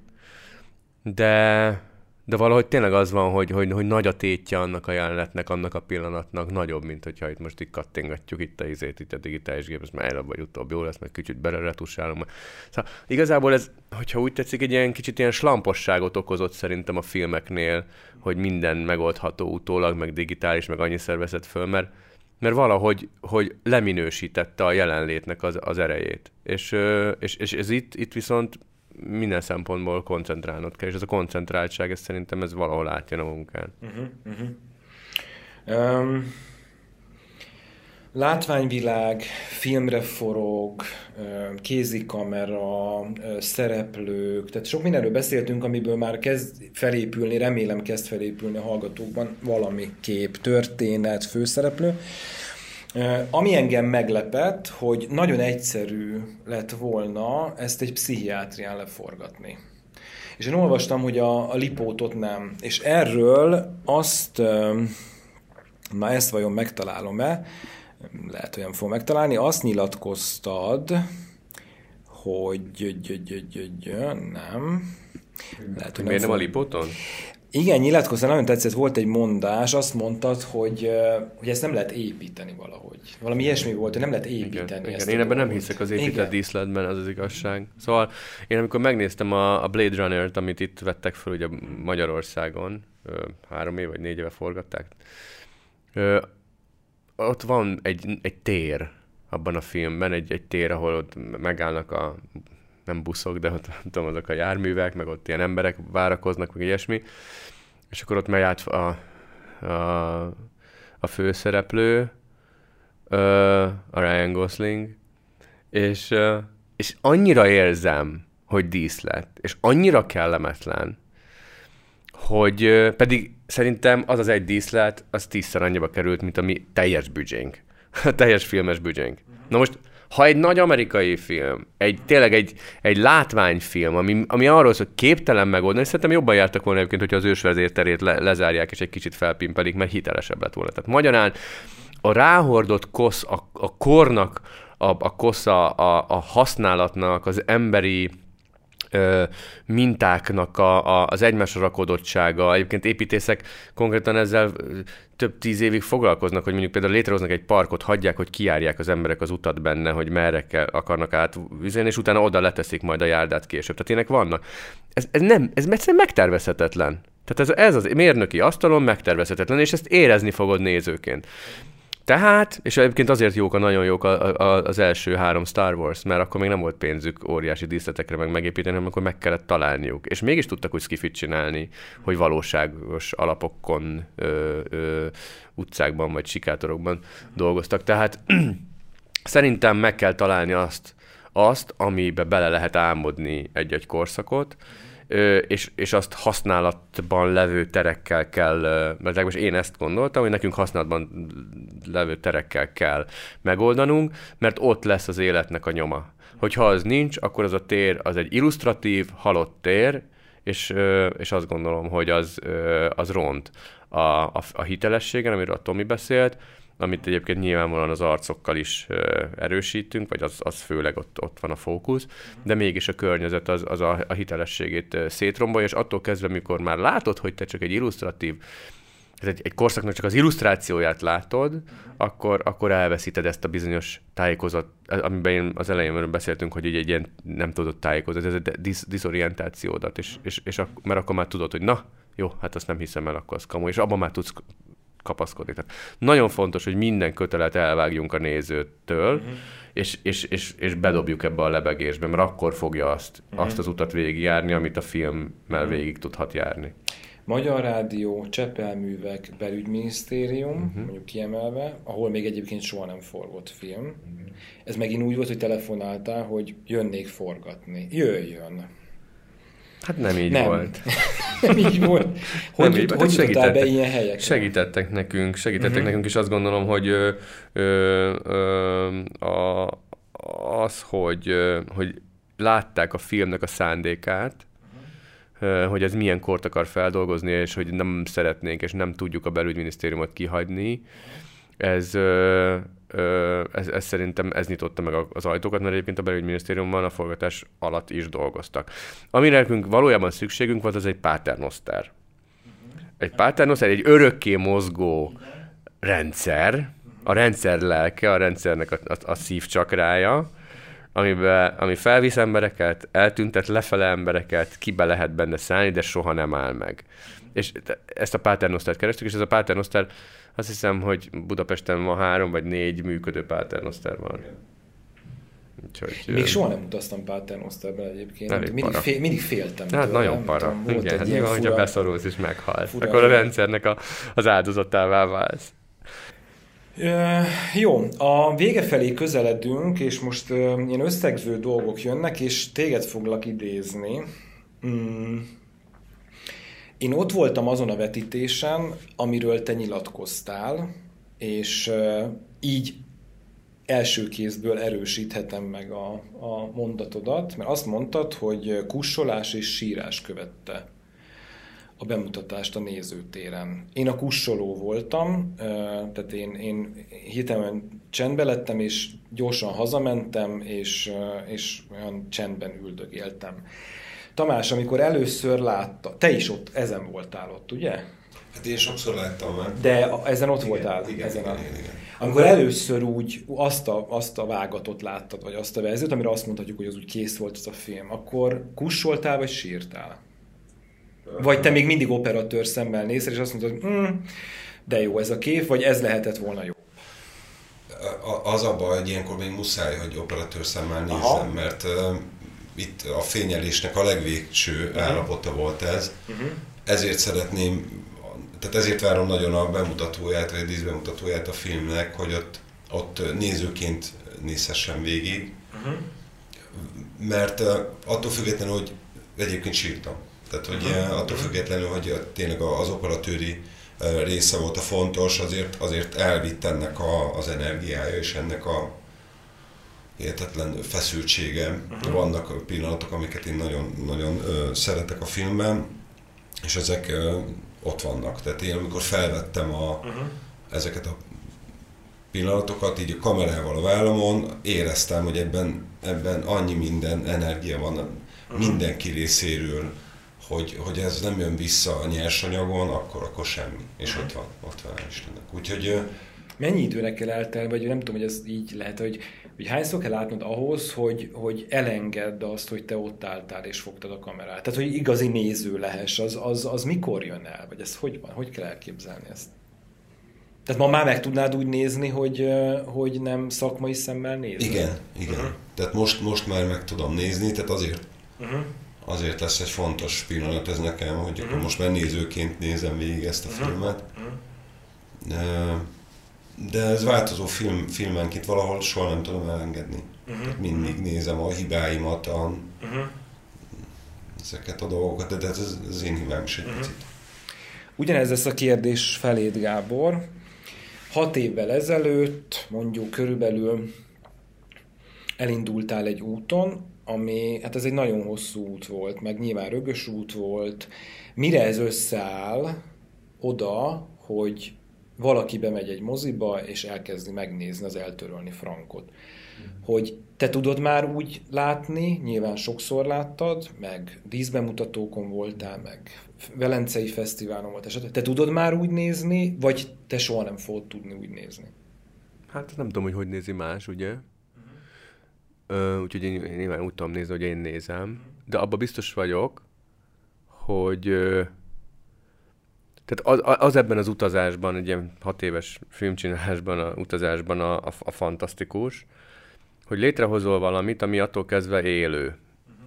De... De valahogy tényleg az van, hogy, hogy, hogy nagy a tétje annak a jelenetnek, annak a pillanatnak, nagyobb, mint hogyha itt most így kattingatjuk itt a izét, itt a digitális gép, ez már előbb vagy utóbb jó lesz, meg kicsit beleretusálunk. Szóval igazából ez, hogyha úgy tetszik, egy ilyen kicsit ilyen slamposságot okozott szerintem a filmeknél, hogy minden megoldható utólag, meg digitális, meg annyi szervezett föl, mert, mert valahogy hogy leminősítette a jelenlétnek az, az erejét. És, és, és ez itt, itt viszont minden szempontból koncentrálnod kell, és ez a koncentráltság, ez szerintem ez valahol átjön a munkán. Uh-huh, uh-huh. Um, látványvilág, filmre forog, kézikamera, szereplők, tehát sok mindenről beszéltünk, amiből már kezd felépülni, remélem kezd felépülni a hallgatókban valami kép, történet, főszereplő. Ami engem meglepett, hogy nagyon egyszerű lett volna ezt egy pszichiátrián leforgatni. És én olvastam, hogy a, a Lipótot nem. És erről azt, na ezt vajon megtalálom-e, lehet, hogy nem fogom megtalálni, azt nyilatkoztad, hogy nem. Lehet, hogy miért nem, nem a Lipóton? Igen, nyilatkoztál, nagyon tetszett, volt egy mondás, azt mondtad, hogy, hogy ezt nem lehet építeni valahogy. Valami ilyesmi volt, hogy nem lehet építeni. Igen, ezt igen. Én ebben nem hiszek az épített igen. díszletben, az az igazság. Szóval én amikor megnéztem a, a Blade Runner-t, amit itt vettek fel ugye Magyarországon, három év vagy négy éve forgatták, ott van egy, egy tér abban a filmben, egy, egy tér, ahol ott megállnak a nem buszok, de ott nem tudom, azok a járművek, meg ott ilyen emberek várakoznak, meg ilyesmi, és akkor ott megy át a, a, a főszereplő, a Ryan Gosling, és, és annyira érzem, hogy díszlet, és annyira kellemetlen, hogy pedig szerintem az az egy díszlet, az tízszer annyiba került, mint a mi teljes büdzsénk. A teljes filmes büdzsénk. Na most, ha egy nagy amerikai film, egy, tényleg egy, egy látványfilm, ami, ami arról szól, hogy képtelen megoldani, szerintem jobban jártak volna egyébként, hogyha az ősvezérterét le, lezárják és egy kicsit felpimpelik, mert hitelesebb lett volna. Tehát magyarán a ráhordott kosz, a, a kornak, a, a kosza, a, a használatnak, az emberi ö, mintáknak a, a, az egymásra rakódottsága. Egyébként építészek konkrétan ezzel több tíz évig foglalkoznak, hogy mondjuk például létrehoznak egy parkot, hagyják, hogy kijárják az emberek az utat benne, hogy merre kell, akarnak átvizelni, és utána oda leteszik majd a járdát később. Tehát ilyenek vannak. Ez, ez nem, ez egyszerűen megtervezhetetlen. Tehát ez, ez az mérnöki asztalon megtervezhetetlen, és ezt érezni fogod nézőként. Tehát, és egyébként azért jók a nagyon jók a, a, az első három Star Wars, mert akkor még nem volt pénzük óriási díszletekre meg megépíteni, hanem akkor meg kellett találniuk. És mégis tudtak úgy skifit csinálni, hogy valóságos alapokon, ö, ö, utcákban vagy sikátorokban dolgoztak. Tehát szerintem meg kell találni azt, azt, amibe bele lehet álmodni egy-egy korszakot, És, és azt használatban levő terekkel kell, mert legalábbis én ezt gondoltam, hogy nekünk használatban levő terekkel kell megoldanunk, mert ott lesz az életnek a nyoma. Hogyha az nincs, akkor az a tér az egy illusztratív, halott tér, és, és azt gondolom, hogy az, az ront a, a, a hitelességen, amiről a Tomi beszélt, amit egyébként nyilvánvalóan az arcokkal is uh, erősítünk, vagy az, az főleg ott, ott van a fókusz, de mégis a környezet az, az a, a hitelességét uh, szétrombolja, és attól kezdve, mikor már látod, hogy te csak egy illusztratív, egy, egy korszaknak csak az illusztrációját látod, akkor, akkor elveszíted ezt a bizonyos tájékozat, amiben én az elején beszéltünk, hogy egy ilyen nem tudott tájékozat, ez a disz, diszorientációdat, és, és, és ak- mert akkor már tudod, hogy na, jó, hát azt nem hiszem el, akkor az kamu, és abban már tudsz kapaszkodni. Tehát nagyon fontos, hogy minden kötelet elvágjunk a nézőtől, uh-huh. és, és, és, és bedobjuk ebbe a lebegésbe, mert akkor fogja azt, uh-huh. azt az utat végigjárni, amit a filmmel uh-huh. végig tudhat járni. Magyar Rádió, Csepelművek, Belügyminisztérium, uh-huh. mondjuk kiemelve, ahol még egyébként soha nem forgott film. Uh-huh. Ez megint úgy volt, hogy telefonáltál, hogy jönnék forgatni. Jöjjön! Hát nem így nem. volt. nem így volt. Hogy, hogy, hogy jutottál be ilyen helyekre? Segítettek nekünk, segítettek uh-huh. nekünk, és azt gondolom, hogy ö, ö, ö, a, az, hogy, ö, hogy látták a filmnek a szándékát, uh-huh. ö, hogy ez milyen kort akar feldolgozni, és hogy nem szeretnénk, és nem tudjuk a belügyminisztériumot kihagyni, ez... Ö, Ez, ez szerintem ez nyitotta meg az ajtókat, mert egyébként a belügyminisztériumban a forgatás alatt is dolgoztak. Amire nekünk valójában szükségünk volt, az egy paternoster. Egy paternoster, egy örökké mozgó rendszer, a rendszer lelke, a rendszernek a, a, a szívcsakrája, amiben, ami felvisz embereket, eltüntet lefele embereket, kibe lehet benne szállni, de soha nem áll meg. És ezt a paternostert kerestük, és ez a paternoster, azt hiszem, hogy Budapesten van három vagy négy működő paternoster van. Úgyhogy, még soha nem utaztam paternosterben egyébként. Mindig, fél, mindig féltem. Hát tőle, nagyon para. Tudom, igen, mi van, hogyha beszorulsz és meghalsz. Fura, akkor a rendszernek a, az áldozatává válsz. Uh, jó, a vége felé közeledünk, és most uh, ilyen összegző dolgok jönnek, és téged foglak idézni. Mm. Én ott voltam azon a vetítésen, amiről te nyilatkoztál, és uh, így első kézből erősíthetem meg a, a mondatodat, mert azt mondtad, hogy kussolás és sírás követte a bemutatást a nézőtéren. Én a kussoló voltam, tehát én, én hirtelen csendbe lettem, és gyorsan hazamentem, és, és olyan csendben üldögéltem. Tamás, amikor először látta, te is ott, ezen voltál ott, ugye? Hát én sokszor láttam már. De ezen ott igen, voltál? Igen, ezen igen, a... igen, igen. Amikor először úgy azt a, azt a vágatot láttad, vagy azt a verziót, amire azt mondhatjuk, hogy az úgy kész volt az a film, akkor kussoltál, vagy sírtál? Vagy te még mindig operatőr szemmel néztél, és azt mondtad, hogy mm, de jó ez a kép, vagy ez lehetett volna jó? Az a baj, hogy ilyenkor még muszáj, hogy operatőr szemmel nézzem, mert uh, itt a fényelésnek a legvégső uh-huh. állapota volt ez. Uh-huh. Ezért szeretném, tehát ezért várom nagyon a bemutatóját, vagy a díszbemutatóját a filmnek, hogy ott, ott nézőként nézhessen végig. Uh-huh. Mert uh, attól függetlenül, hogy egyébként sírtam. Tehát, hogy uh-huh. attól függetlenül, hogy tényleg az operatőri része volt a fontos, azért, azért elvitt ennek a, az energiája és ennek a hihetetlen feszültsége. Uh-huh. Vannak pillanatok, amiket én nagyon, nagyon ö, szeretek a filmben, és ezek ö, ott vannak. Tehát én amikor felvettem a, uh-huh. ezeket a pillanatokat, így a kamerával a vállamon, éreztem, hogy ebben, ebben annyi minden energia van. uh-huh. mindenki részéről, hogy, hogy ez nem jön vissza a nyersanyagon, akkor, akkor semmi. És uh-huh. ott van, ott van Istennek. Úgyhogy... Mennyi időre kell eltelni, vagy nem tudom, hogy ez így lehet, hogy, hogy hányszor kell látnod ahhoz, hogy, hogy elengedd azt, hogy te ott álltál és fogtad a kamerát. Tehát, hogy igazi néző lehess, az, az, az mikor jön el? Vagy ez hogy van? Hogy kell elképzelni ezt? Tehát ma már meg tudnád úgy nézni, hogy, hogy nem szakmai szemmel nézni? Igen, igen. Uh-huh. Tehát most, most már meg tudom nézni, tehát azért, uh-huh. azért lesz egy fontos pillanat ez nekem, hogy uh-huh. akkor most már nézőként nézem végig ezt a uh-huh. filmet. Uh-huh. De ez változó film, filmenként valahol soha nem tudom elengedni. Uh-huh. Mindig nézem a hibáimat, a, uh-huh. ezeket a dolgokat, de ez az, az én hibám is egy uh-huh. picit. Ugyanez lesz a kérdés feléd, Gábor. Hat évvel ezelőtt, mondjuk körülbelül elindultál egy úton, ami, hát ez egy nagyon hosszú út volt, meg nyilván rögös út volt. Mire ez összeáll oda, hogy valaki bemegy egy moziba, és elkezdi megnézni az Eltörölni Frankot. Hogy te tudod már úgy látni, nyilván sokszor láttad, meg díszbemutatókon voltál, meg Velencei Fesztiválon volt esetleg. Te tudod már úgy nézni, vagy te soha nem fogod tudni úgy nézni? Hát nem tudom, hogy hogy nézi más, ugye? Uh-huh. Uh, úgyhogy én, én nyilván úgy tudom nézni, hogy én nézem. De abban biztos vagyok, hogy... Uh, Tehát az, az ebben az utazásban, egy ilyen hat éves filmcsinálásban, a utazásban a, a, a fantasztikus, hogy létrehozol valamit, ami attól kezdve élő. Uh-huh.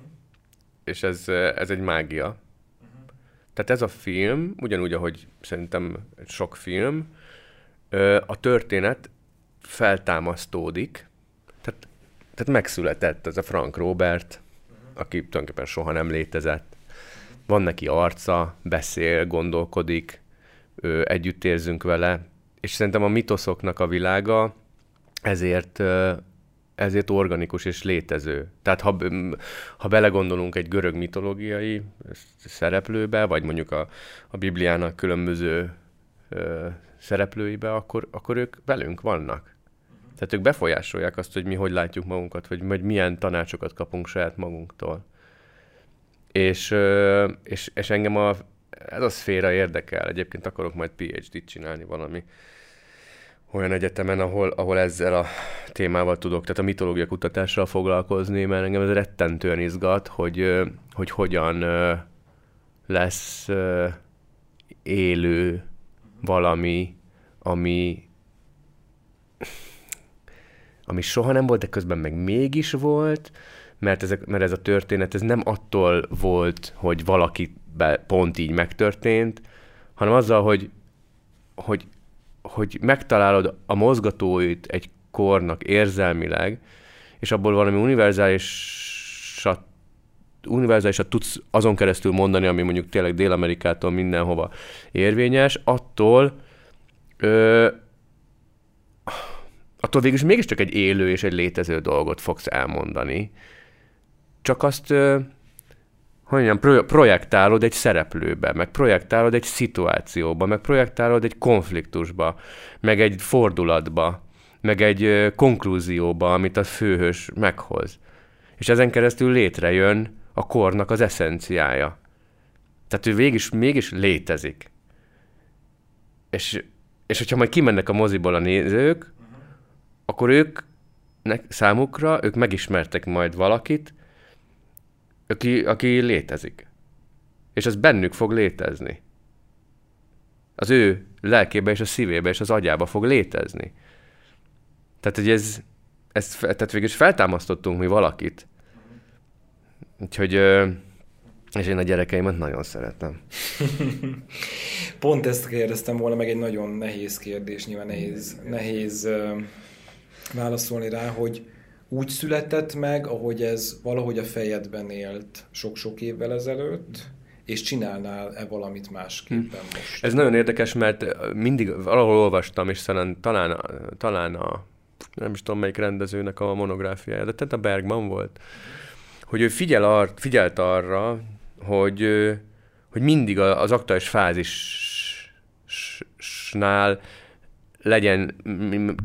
És ez, ez egy mágia. Uh-huh. Tehát ez a film, ugyanúgy, ahogy szerintem sok film, a történet feltámasztódik. Tehát, tehát megszületett ez a Frank Robert, uh-huh. aki tulajdonképpen soha nem létezett. Van neki arca, beszél, gondolkodik, együtt érzünk vele, és szerintem a mitoszoknak a világa ezért, ezért organikus és létező. Tehát ha, ha belegondolunk egy görög mitológiai szereplőbe, vagy mondjuk a, a Bibliának különböző ö, szereplőibe, akkor, akkor ők velünk vannak. Tehát ők befolyásolják azt, hogy mi hogy látjuk magunkat, vagy, vagy milyen tanácsokat kapunk saját magunktól. És, és, és engem a, ez a szféra érdekel. Egyébként akarok majd pé há dét csinálni valami olyan egyetemen, ahol, ahol ezzel a témával tudok, tehát a mitológia kutatással foglalkozni, mert engem ez rettentően izgat, hogy, hogy hogyan lesz élő valami, ami, ami soha nem volt, de közben meg mégis volt, Mert, ezek, mert ez a történet ez nem attól volt, hogy valaki pont így megtörtént, hanem azzal, hogy, hogy, hogy megtalálod a mozgatóit egy kornak érzelmileg, és abból valami univerzálisat, univerzálisat tudsz azon keresztül mondani, ami mondjuk tényleg Dél-Amerikától mindenhova érvényes, attól ö, attól végül is mégiscsak egy élő és egy létező dolgot fogsz elmondani. Csak azt, hogy mondjam, projektálod egy szereplőbe, meg projektálod egy szituációba, meg projektálod egy konfliktusba, meg egy fordulatba, meg egy konklúzióba, amit a főhős meghoz. És ezen keresztül létrejön a kornak az eszenciája. Tehát ő végig, mégis létezik. És, és hogyha majd kimennek a moziból a nézők, uh-huh. akkor ők, számukra, ők megismertek majd valakit, Aki, aki létezik. És ez bennük fog létezni. Az ő lelkébe és a szívébe és az agyába fog létezni. Tehát, hogy ez, ez tehát végül is feltámasztottunk mi valakit. Úgyhogy, és én a gyerekeimet nagyon szeretem. Pont ezt kérdeztem volna, meg egy nagyon nehéz kérdés, nyilván nehéz, nehéz válaszolni rá, hogy úgy született meg, ahogy ez valahogy a fejedben élt sok-sok évvel ezelőtt, és csinálnál-e valamit másképpen hm. most? Ez nagyon érdekes, mert mindig valahol olvastam, és talán, talán, talán a, nem is tudom melyik rendezőnek a monográfiája, de tehát a Bergman volt, hogy ő figyel ar, figyelt arra, hogy, hogy mindig az aktuális fázisnál legyen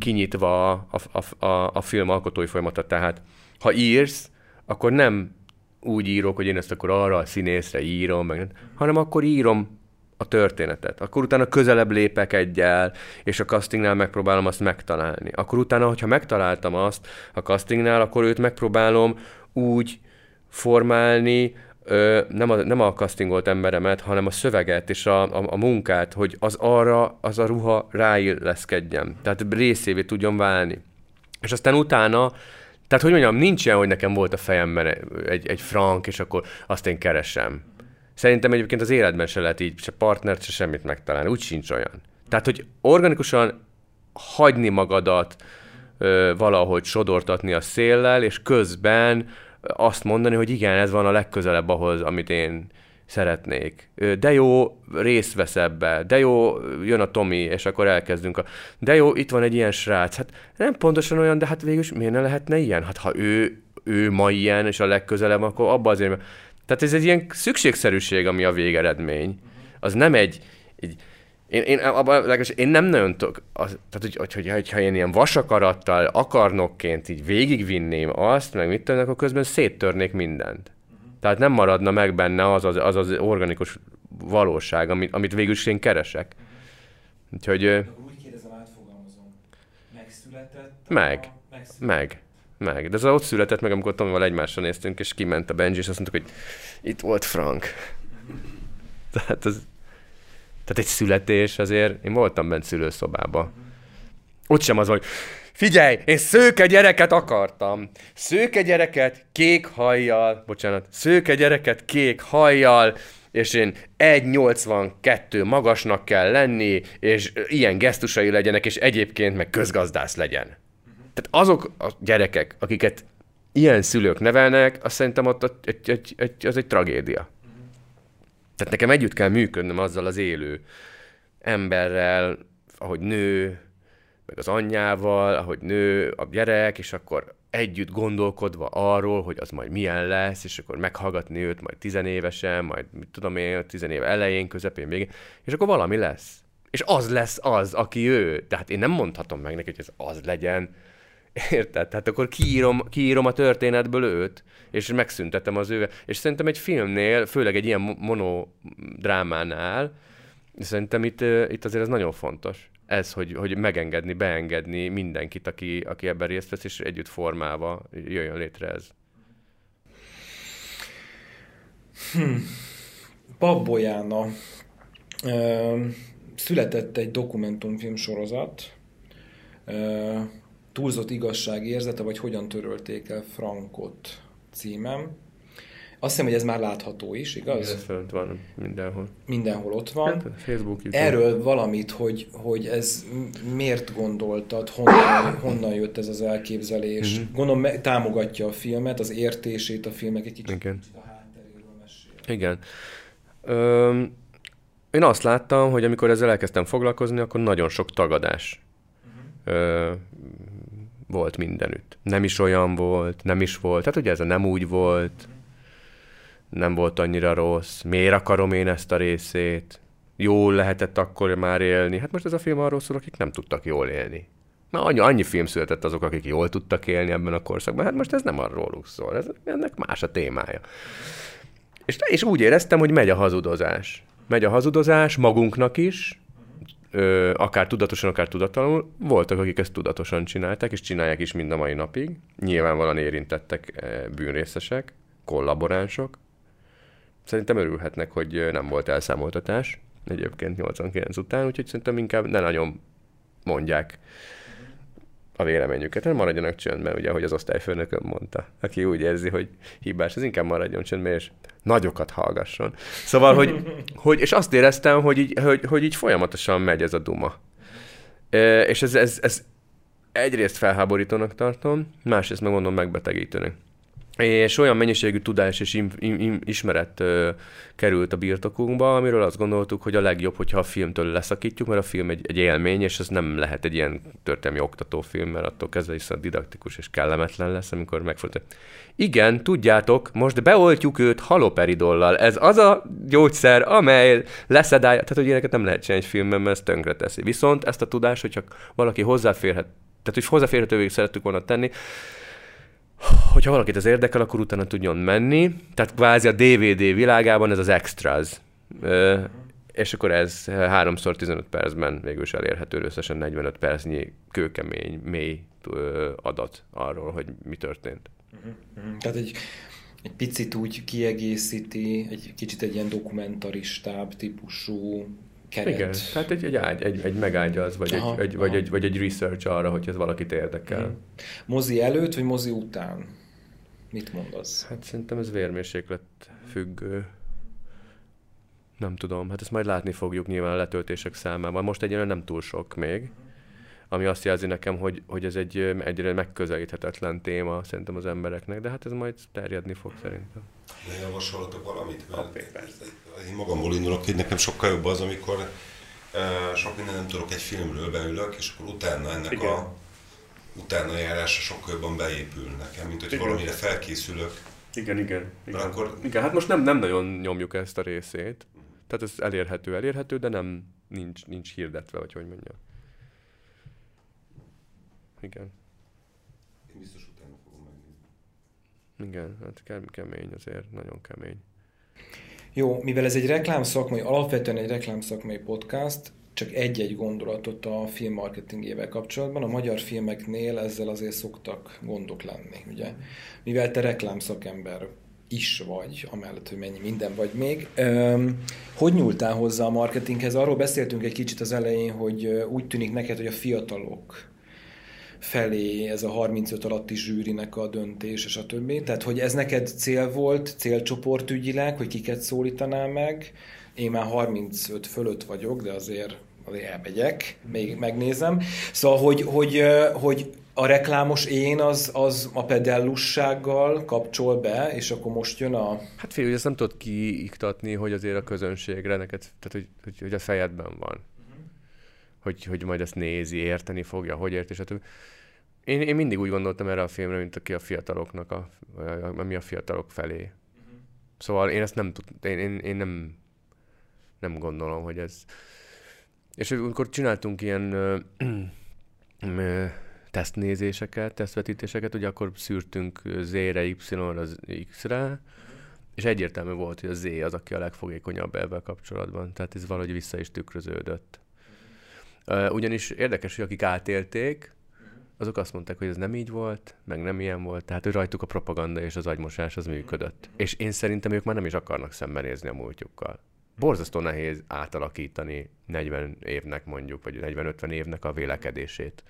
kinyitva a, a, a, a film alkotói folyamata. Tehát ha írsz, akkor nem úgy írok, hogy én ezt akkor arra a színészre írom, meg, hanem akkor írom a történetet. Akkor utána közelebb lépek egyel, és a castingnál megpróbálom azt megtalálni. Akkor utána, hogyha megtaláltam azt a castingnál, akkor őt megpróbálom úgy formálni, ö, nem, a, nem a castingolt emberemet, hanem a szöveget és a, a, a munkát, hogy az arra, az a ruha ráilleszkedjen. Tehát részévé tudjon válni. És aztán utána, tehát hogy mondjam, nincs ilyen, hogy nekem volt a fejemben egy, egy frank, és akkor azt én keresem. Szerintem egyébként az életben se lehet így, se partnert, se semmit megtalálni. Úgy sincs olyan. Tehát, hogy organikusan hagyni magadat, ö, valahogy sodortatni a széllel, és közben azt mondani, hogy igen, ez van a legközelebb ahhoz, amit én szeretnék. De jó, részt vesz ebbe. De jó, jön a Tomi, és akkor elkezdünk. A... De jó, itt van egy ilyen srác. Hát nem pontosan olyan, de hát végülis miért ne lehetne ilyen? Hát ha ő, ő ma ilyen, és a legközelebb, akkor abba azért... Tehát ez egy ilyen szükségszerűség, ami a végeredmény. Az nem egy... egy én, én, abban, én nem nagyon tudok... Az, tehát, hogy, hogy, hogy, ha én ilyen vasakarattal, akarnokként így végigvinném azt, meg mit tudom, akkor közben széttörnék mindent. Tehát nem maradna meg benne az az, az, az organikus valóság, amit, amit végül is én keresek. Úgyhogy... Úgy kérdezem, átfogalmazom. Megszületett? Meg. A... Megszületett. Meg. Meg. De ez ott született meg, amikor Tomival egymásra néztünk, és kiment a Benji, és azt mondtuk, hogy itt volt Frank. Tehát, az, tehát egy születés azért, én voltam bent szülőszobában. Ott sem az, hogy figyelj, én szőke gyereket akartam. Szőke gyereket kék hajjal, bocsánat, szőke gyereket kék hajjal, és én egy nyolcvankettő magasnak kell lenni, és ilyen gesztusai legyenek, és egyébként meg közgazdász legyen. Tehát azok a gyerekek, akiket ilyen szülők nevelnek, azt szerintem ott egy, egy, egy, az egy tragédia. Tehát nekem együtt kell működnöm azzal az élő emberrel, ahogy nő, meg az anyjával, ahogy nő a gyerek, és akkor együtt gondolkodva arról, hogy az majd milyen lesz, és akkor meghallgatni őt majd tizenévesen, majd mit tudom én, tizenév elején, közepén, végén, és akkor valami lesz. És az lesz az, aki ő. Tehát én nem mondhatom meg neki, hogy ez az legyen. Érted? Tehát akkor kiírom, kiírom a történetből őt, és megszüntetem az ő. És szerintem egy filmnél, főleg egy ilyen monodrámánál, szerintem itt, itt azért ez nagyon fontos. Ez, hogy, hogy megengedni, beengedni mindenkit, aki, aki ebben részt vesz, és együtt formálva jöjjön létre ez. Hm. Pap Bojana. Ö, született egy dokumentumfilm sorozat, ö, Túlzott igazságérzete, vagy hogyan törölték el Frankot címem. Azt hiszem, hogy ez már látható is, igaz? Ez fönt van mindenhol. Mindenhol ott van. Hát, Facebook, YouTube. Erről valamit, hogy, hogy ez miért gondoltad, honnan, honnan jött ez az elképzelés. Mm-hmm. Gondolom, támogatja a filmet, az értését a filmek, egy kicsit, Igen. kicsit a hátteréről mesél. Igen. Öm, én azt láttam, hogy amikor ezzel elkezdtem foglalkozni, akkor nagyon sok tagadás mm-hmm. ö, volt mindenütt. Nem is olyan volt, nem is volt. Tehát ugye ez a nem úgy volt, nem volt annyira rossz. Miért akarom én ezt a részét? Jól lehetett akkor már élni. Hát most ez a film arról szól, akik nem tudtak jól élni. Na, annyi, annyi film született azok, akik jól tudtak élni ebben a korszakban. Hát most ez nem arról szól. Ez, ennek más a témája. És, és úgy éreztem, hogy megy a hazudozás. Megy a hazudozás magunknak is, Ö, akár tudatosan, akár tudatlanul. Voltak, akik ezt tudatosan csinálták, és csinálják is mind a mai napig. Nyilvánvalóan érintettek bűnrészesek, kollaboránsok. Szerintem örülhetnek, hogy nem volt elszámoltatás egyébként nyolcvankilenc után, úgyhogy szerintem inkább ne nagyon mondják a véleményüket. Nem maradjanak csöndben, ugye, ahogy az osztályfőnököm mondta, aki úgy érzi, hogy hibás, az inkább maradjon csöndben, és nagyokat hallgasson. Szóval, hogy, hogy és azt éreztem, hogy így, hogy, hogy így folyamatosan megy ez a duma. E, és ez, ez, ez egyrészt felháborítónak tartom, másrészt meg mondom megbetegítőnek. És olyan mennyiségű tudás és im, im, ismeret ö, került a birtokunkba, amiről azt gondoltuk, hogy a legjobb, hogyha a filmtől leszakítjuk, mert a film egy, egy élmény, és ez nem lehet egy ilyen történelmi oktatófilm, mert attól kezdve viszont didaktikus és kellemetlen lesz, amikor megfordul. Igen, tudjátok, most beoltjuk őt haloperidollal. Ez az a gyógyszer, amely leszedálja. Tehát, hogy ilyeneket nem lehet csinálni egy filmben, mert ez tönkre teszi. Viszont ezt a tudást, hogyha valaki hozzáférhet, tehát hogy hozzáférhetővé szerettük volna tenni, hogyha valakit ez érdekel, akkor utána tudjon menni. Tehát kvázi a dé vé dé világában ez az extras. Ö, és akkor ez háromszor tizenöt percben végül is elérhető, összesen negyvenöt percnyi kőkemény, mély ö, adat arról, hogy mi történt. Uh-huh. Tehát egy, egy picit úgy kiegészíti, egy kicsit egy ilyen dokumentaristább típusú keret. Igen, tehát egy, egy, ágy, egy, egy megágyaz, vagy, aha, egy, egy, vagy, egy, vagy egy research arra, hogy ez valakit érdekel. Uh-huh. Mozi előtt, vagy mozi után? Mit mondasz? Hát szerintem ez vérmérséklet függő. Nem tudom, hát ezt majd látni fogjuk nyilván a letöltések számában. Most egyébként nem túl sok még, ami azt jelzi nekem, hogy, hogy ez egy egyre megközelíthetetlen téma szerintem az embereknek, de hát ez majd terjedni fog szerintem. De javasolhatok valamit? Mert én magamból indulok, hogy nekem sokkal jobb az, amikor uh, sok minden nem tudok egy filmről, beülök, és akkor utána ennek igen. a utána járása sokkal jobban beépül nekem, mint hogy igen. valamire felkészülök. Igen, igen. Igen. Akkor... igen, hát most nem, nem nagyon nyomjuk ezt a részét. Tehát ez elérhető, elérhető, de nem nincs, nincs hirdetve, vagy hogy mondjam. Igen. Én biztos utána fogom megnézni. Igen, hát kemény azért, nagyon kemény. Jó, mivel ez egy reklámszakmai, alapvetően egy reklámszakmai podcast, csak egy-egy gondolatot a filmmarketingével kapcsolatban. A magyar filmeknél ezzel azért szoktak gondok lenni, ugye? Mivel te reklámszakember is vagy, amellett, hogy mennyi minden vagy még. Üm, hogy nyúltál hozzá a marketinghez? Arról beszéltünk egy kicsit az elején, hogy úgy tűnik neked, hogy a fiatalok felé ez a harmincöt alatti zsűrinek a döntés, és a többi. Tehát, hogy ez neked cél volt, célcsoportügyileg, hogy kiket szólítanál meg. Én már harmincöt fölött vagyok, de azért, azért elmegyek, még megnézem. Szóval, hogy, hogy, hogy a reklámos én az, az a pedellussággal kapcsol be, és akkor most jön a... Hát fél, hogy ezt nem tudod kiiktatni, hogy azért a közönségre neked, tehát hogy, hogy, hogy a fejedben van. Uh-huh. Hogy, hogy majd ezt nézi, érteni fogja, hogy ért, és a többi. Én, én mindig úgy gondoltam erre a filmre, mint aki a fiataloknak, a, ami a fiatalok felé. Uh-huh. Szóval én ezt nem tud, én, én, én nem, nem gondolom, hogy ez... És amikor csináltunk ilyen ö, ö, tesztnézéseket, tesztvetítéseket, ugye akkor szűrtünk Z-re, Y-ra, X-re, és egyértelmű volt, hogy a Z az, aki a legfogékonyabb ebben kapcsolatban. Tehát ez valahogy vissza is tükröződött. Uh, ugyanis érdekes, hogy akik átélték, azok azt mondták, hogy ez nem így volt, meg nem ilyen volt, tehát hogy rajtuk a propaganda és az agymosás az működött. És én szerintem ők már nem is akarnak szembenézni a múltjukkal. Borzasztó nehéz átalakítani negyven évnek mondjuk, vagy negyven-ötven évnek a vélekedését.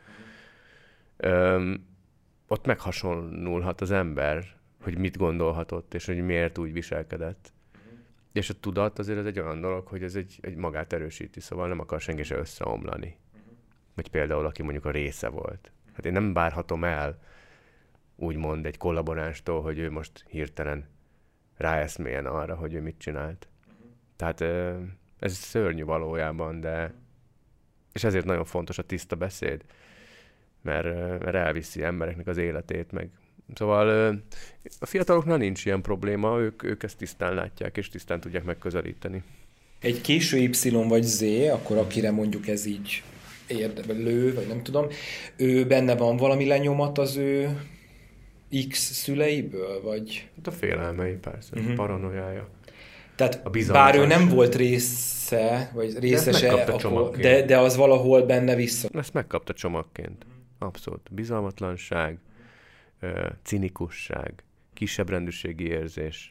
Öm, ott meghasonlulhat az ember, hogy mit gondolhatott, és hogy miért úgy viselkedett. Uh-huh. És a tudat azért ez egy olyan dolog, hogy ez egy, egy magát erősíti, szóval nem akar senki se összeomlani. Uh-huh. Vagy például, aki mondjuk a része volt. Hát én nem várhatom el, úgymond egy kollaboránstól, hogy ő most hirtelen ráeszméljen arra, hogy ő mit csinált. Uh-huh. Tehát ez szörnyű valójában, de... És ezért nagyon fontos a tiszta beszéd. Mert, mert elviszi embereknek az életét, meg. Szóval a fiataloknál nincs ilyen probléma, ők, ők ezt tisztán látják, és tisztán tudják megközelíteni. Egy késő Y vagy Z, akkor akire mondjuk ez így érde, lő, vagy nem tudom, ő benne van valami lenyomat az ő X szüleiből, vagy? Hát a félelmei, persze, uh-huh. paranoiája. Tehát bár ő nem volt része, vagy részese, de, akkor, de, de az valahol benne vissza. Ezt megkapta csomagként. Abszolút. Bizalmatlanság, cinikusság, kisebbrendűségi érzés,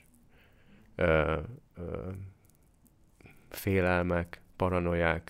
félelmek, paranoiák,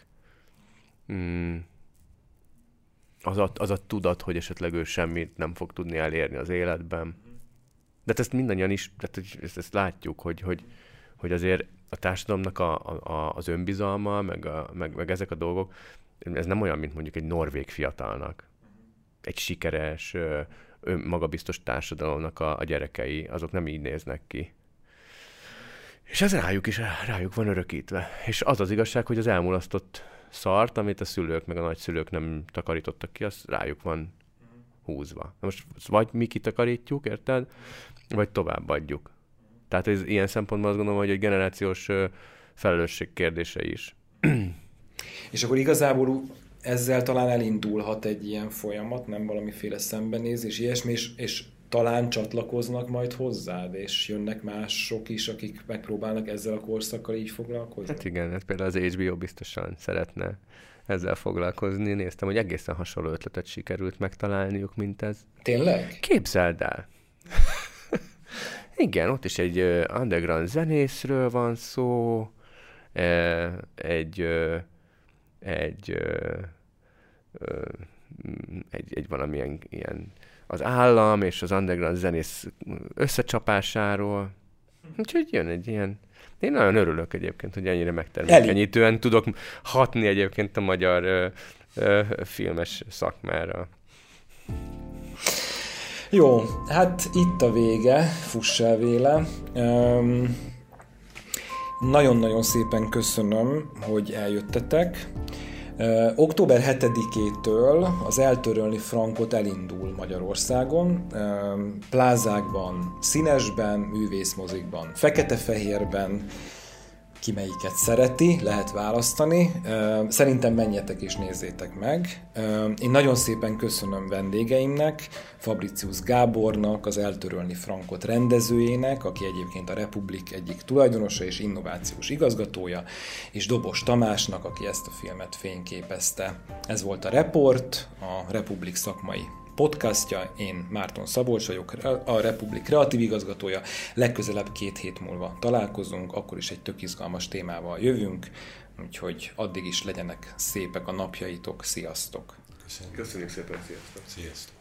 az a, az a tudat, hogy esetleg ő semmit nem fog tudni elérni az életben. De ezt mindannyian is, tehát ezt, ezt látjuk, hogy, hogy, hogy azért a társadalomnak a, a, az önbizalma, meg, a, meg, meg ezek a dolgok, ez nem olyan, mint mondjuk egy norvég fiatalnak. Egy sikeres, magabiztos társadalomnak a, a gyerekei, azok nem így néznek ki. És ez rájuk is, rájuk van örökítve. És az az igazság, hogy az elmulasztott szart, amit a szülők meg a nagyszülők nem takarítottak ki, az rájuk van húzva. Na most vagy mi kitakarítjuk, érted? Vagy továbbadjuk. Tehát ez ilyen szempontból azt gondolom, hogy egy generációs felelősség kérdése is. És akkor igazából ezzel talán elindulhat egy ilyen folyamat, nem valamiféle szembenézés, ilyesmi, és, és talán csatlakoznak majd hozzád, és jönnek mások is, akik megpróbálnak ezzel a korszakkal így foglalkozni? Hát igen, hát például az há bé o biztosan szeretne ezzel foglalkozni. Néztem, hogy egészen hasonló ötletet sikerült megtalálniuk, mint ez. Tényleg? Képzeld el! Igen, ott is egy underground zenészről van szó, egy, egy, egy, egy valamilyen ilyen az állam és az underground zenész összecsapásáról. Úgyhogy jön egy ilyen... Én nagyon örülök egyébként, hogy ennyire megtermékenyítően tudok hatni egyébként a magyar ö, ö, filmes szakmára. Jó, hát itt a vége, fuss el véle. Um, nagyon-nagyon szépen köszönöm, hogy eljöttetek. Uh, október hetedikétől az Eltörölni Frankot elindul Magyarországon, uh, plázákban, színesben, művészmozikban, fekete-fehérben, ki melyiket szereti, lehet választani. Uh, szerintem menjetek és nézzétek meg. Uh, én nagyon szépen köszönöm vendégeimnek, Fabricius Gábornak, az Eltörölni Frankot rendezőjének, aki egyébként a Republik egyik tulajdonosa és innovációs igazgatója, és Dobos Tamásnak, aki ezt a filmet fényképezte. Ez volt a Report, a Republik szakmai podcastja. Én Márton Szabolcs vagyok, a Republik kreatív igazgatója. Legközelebb két hét múlva találkozunk, akkor is egy tök izgalmas témával jövünk, úgyhogy addig is legyenek szépek a napjaitok. Sziasztok! Köszönjük. Köszönjük szépen, sziasztok! Sziasztok!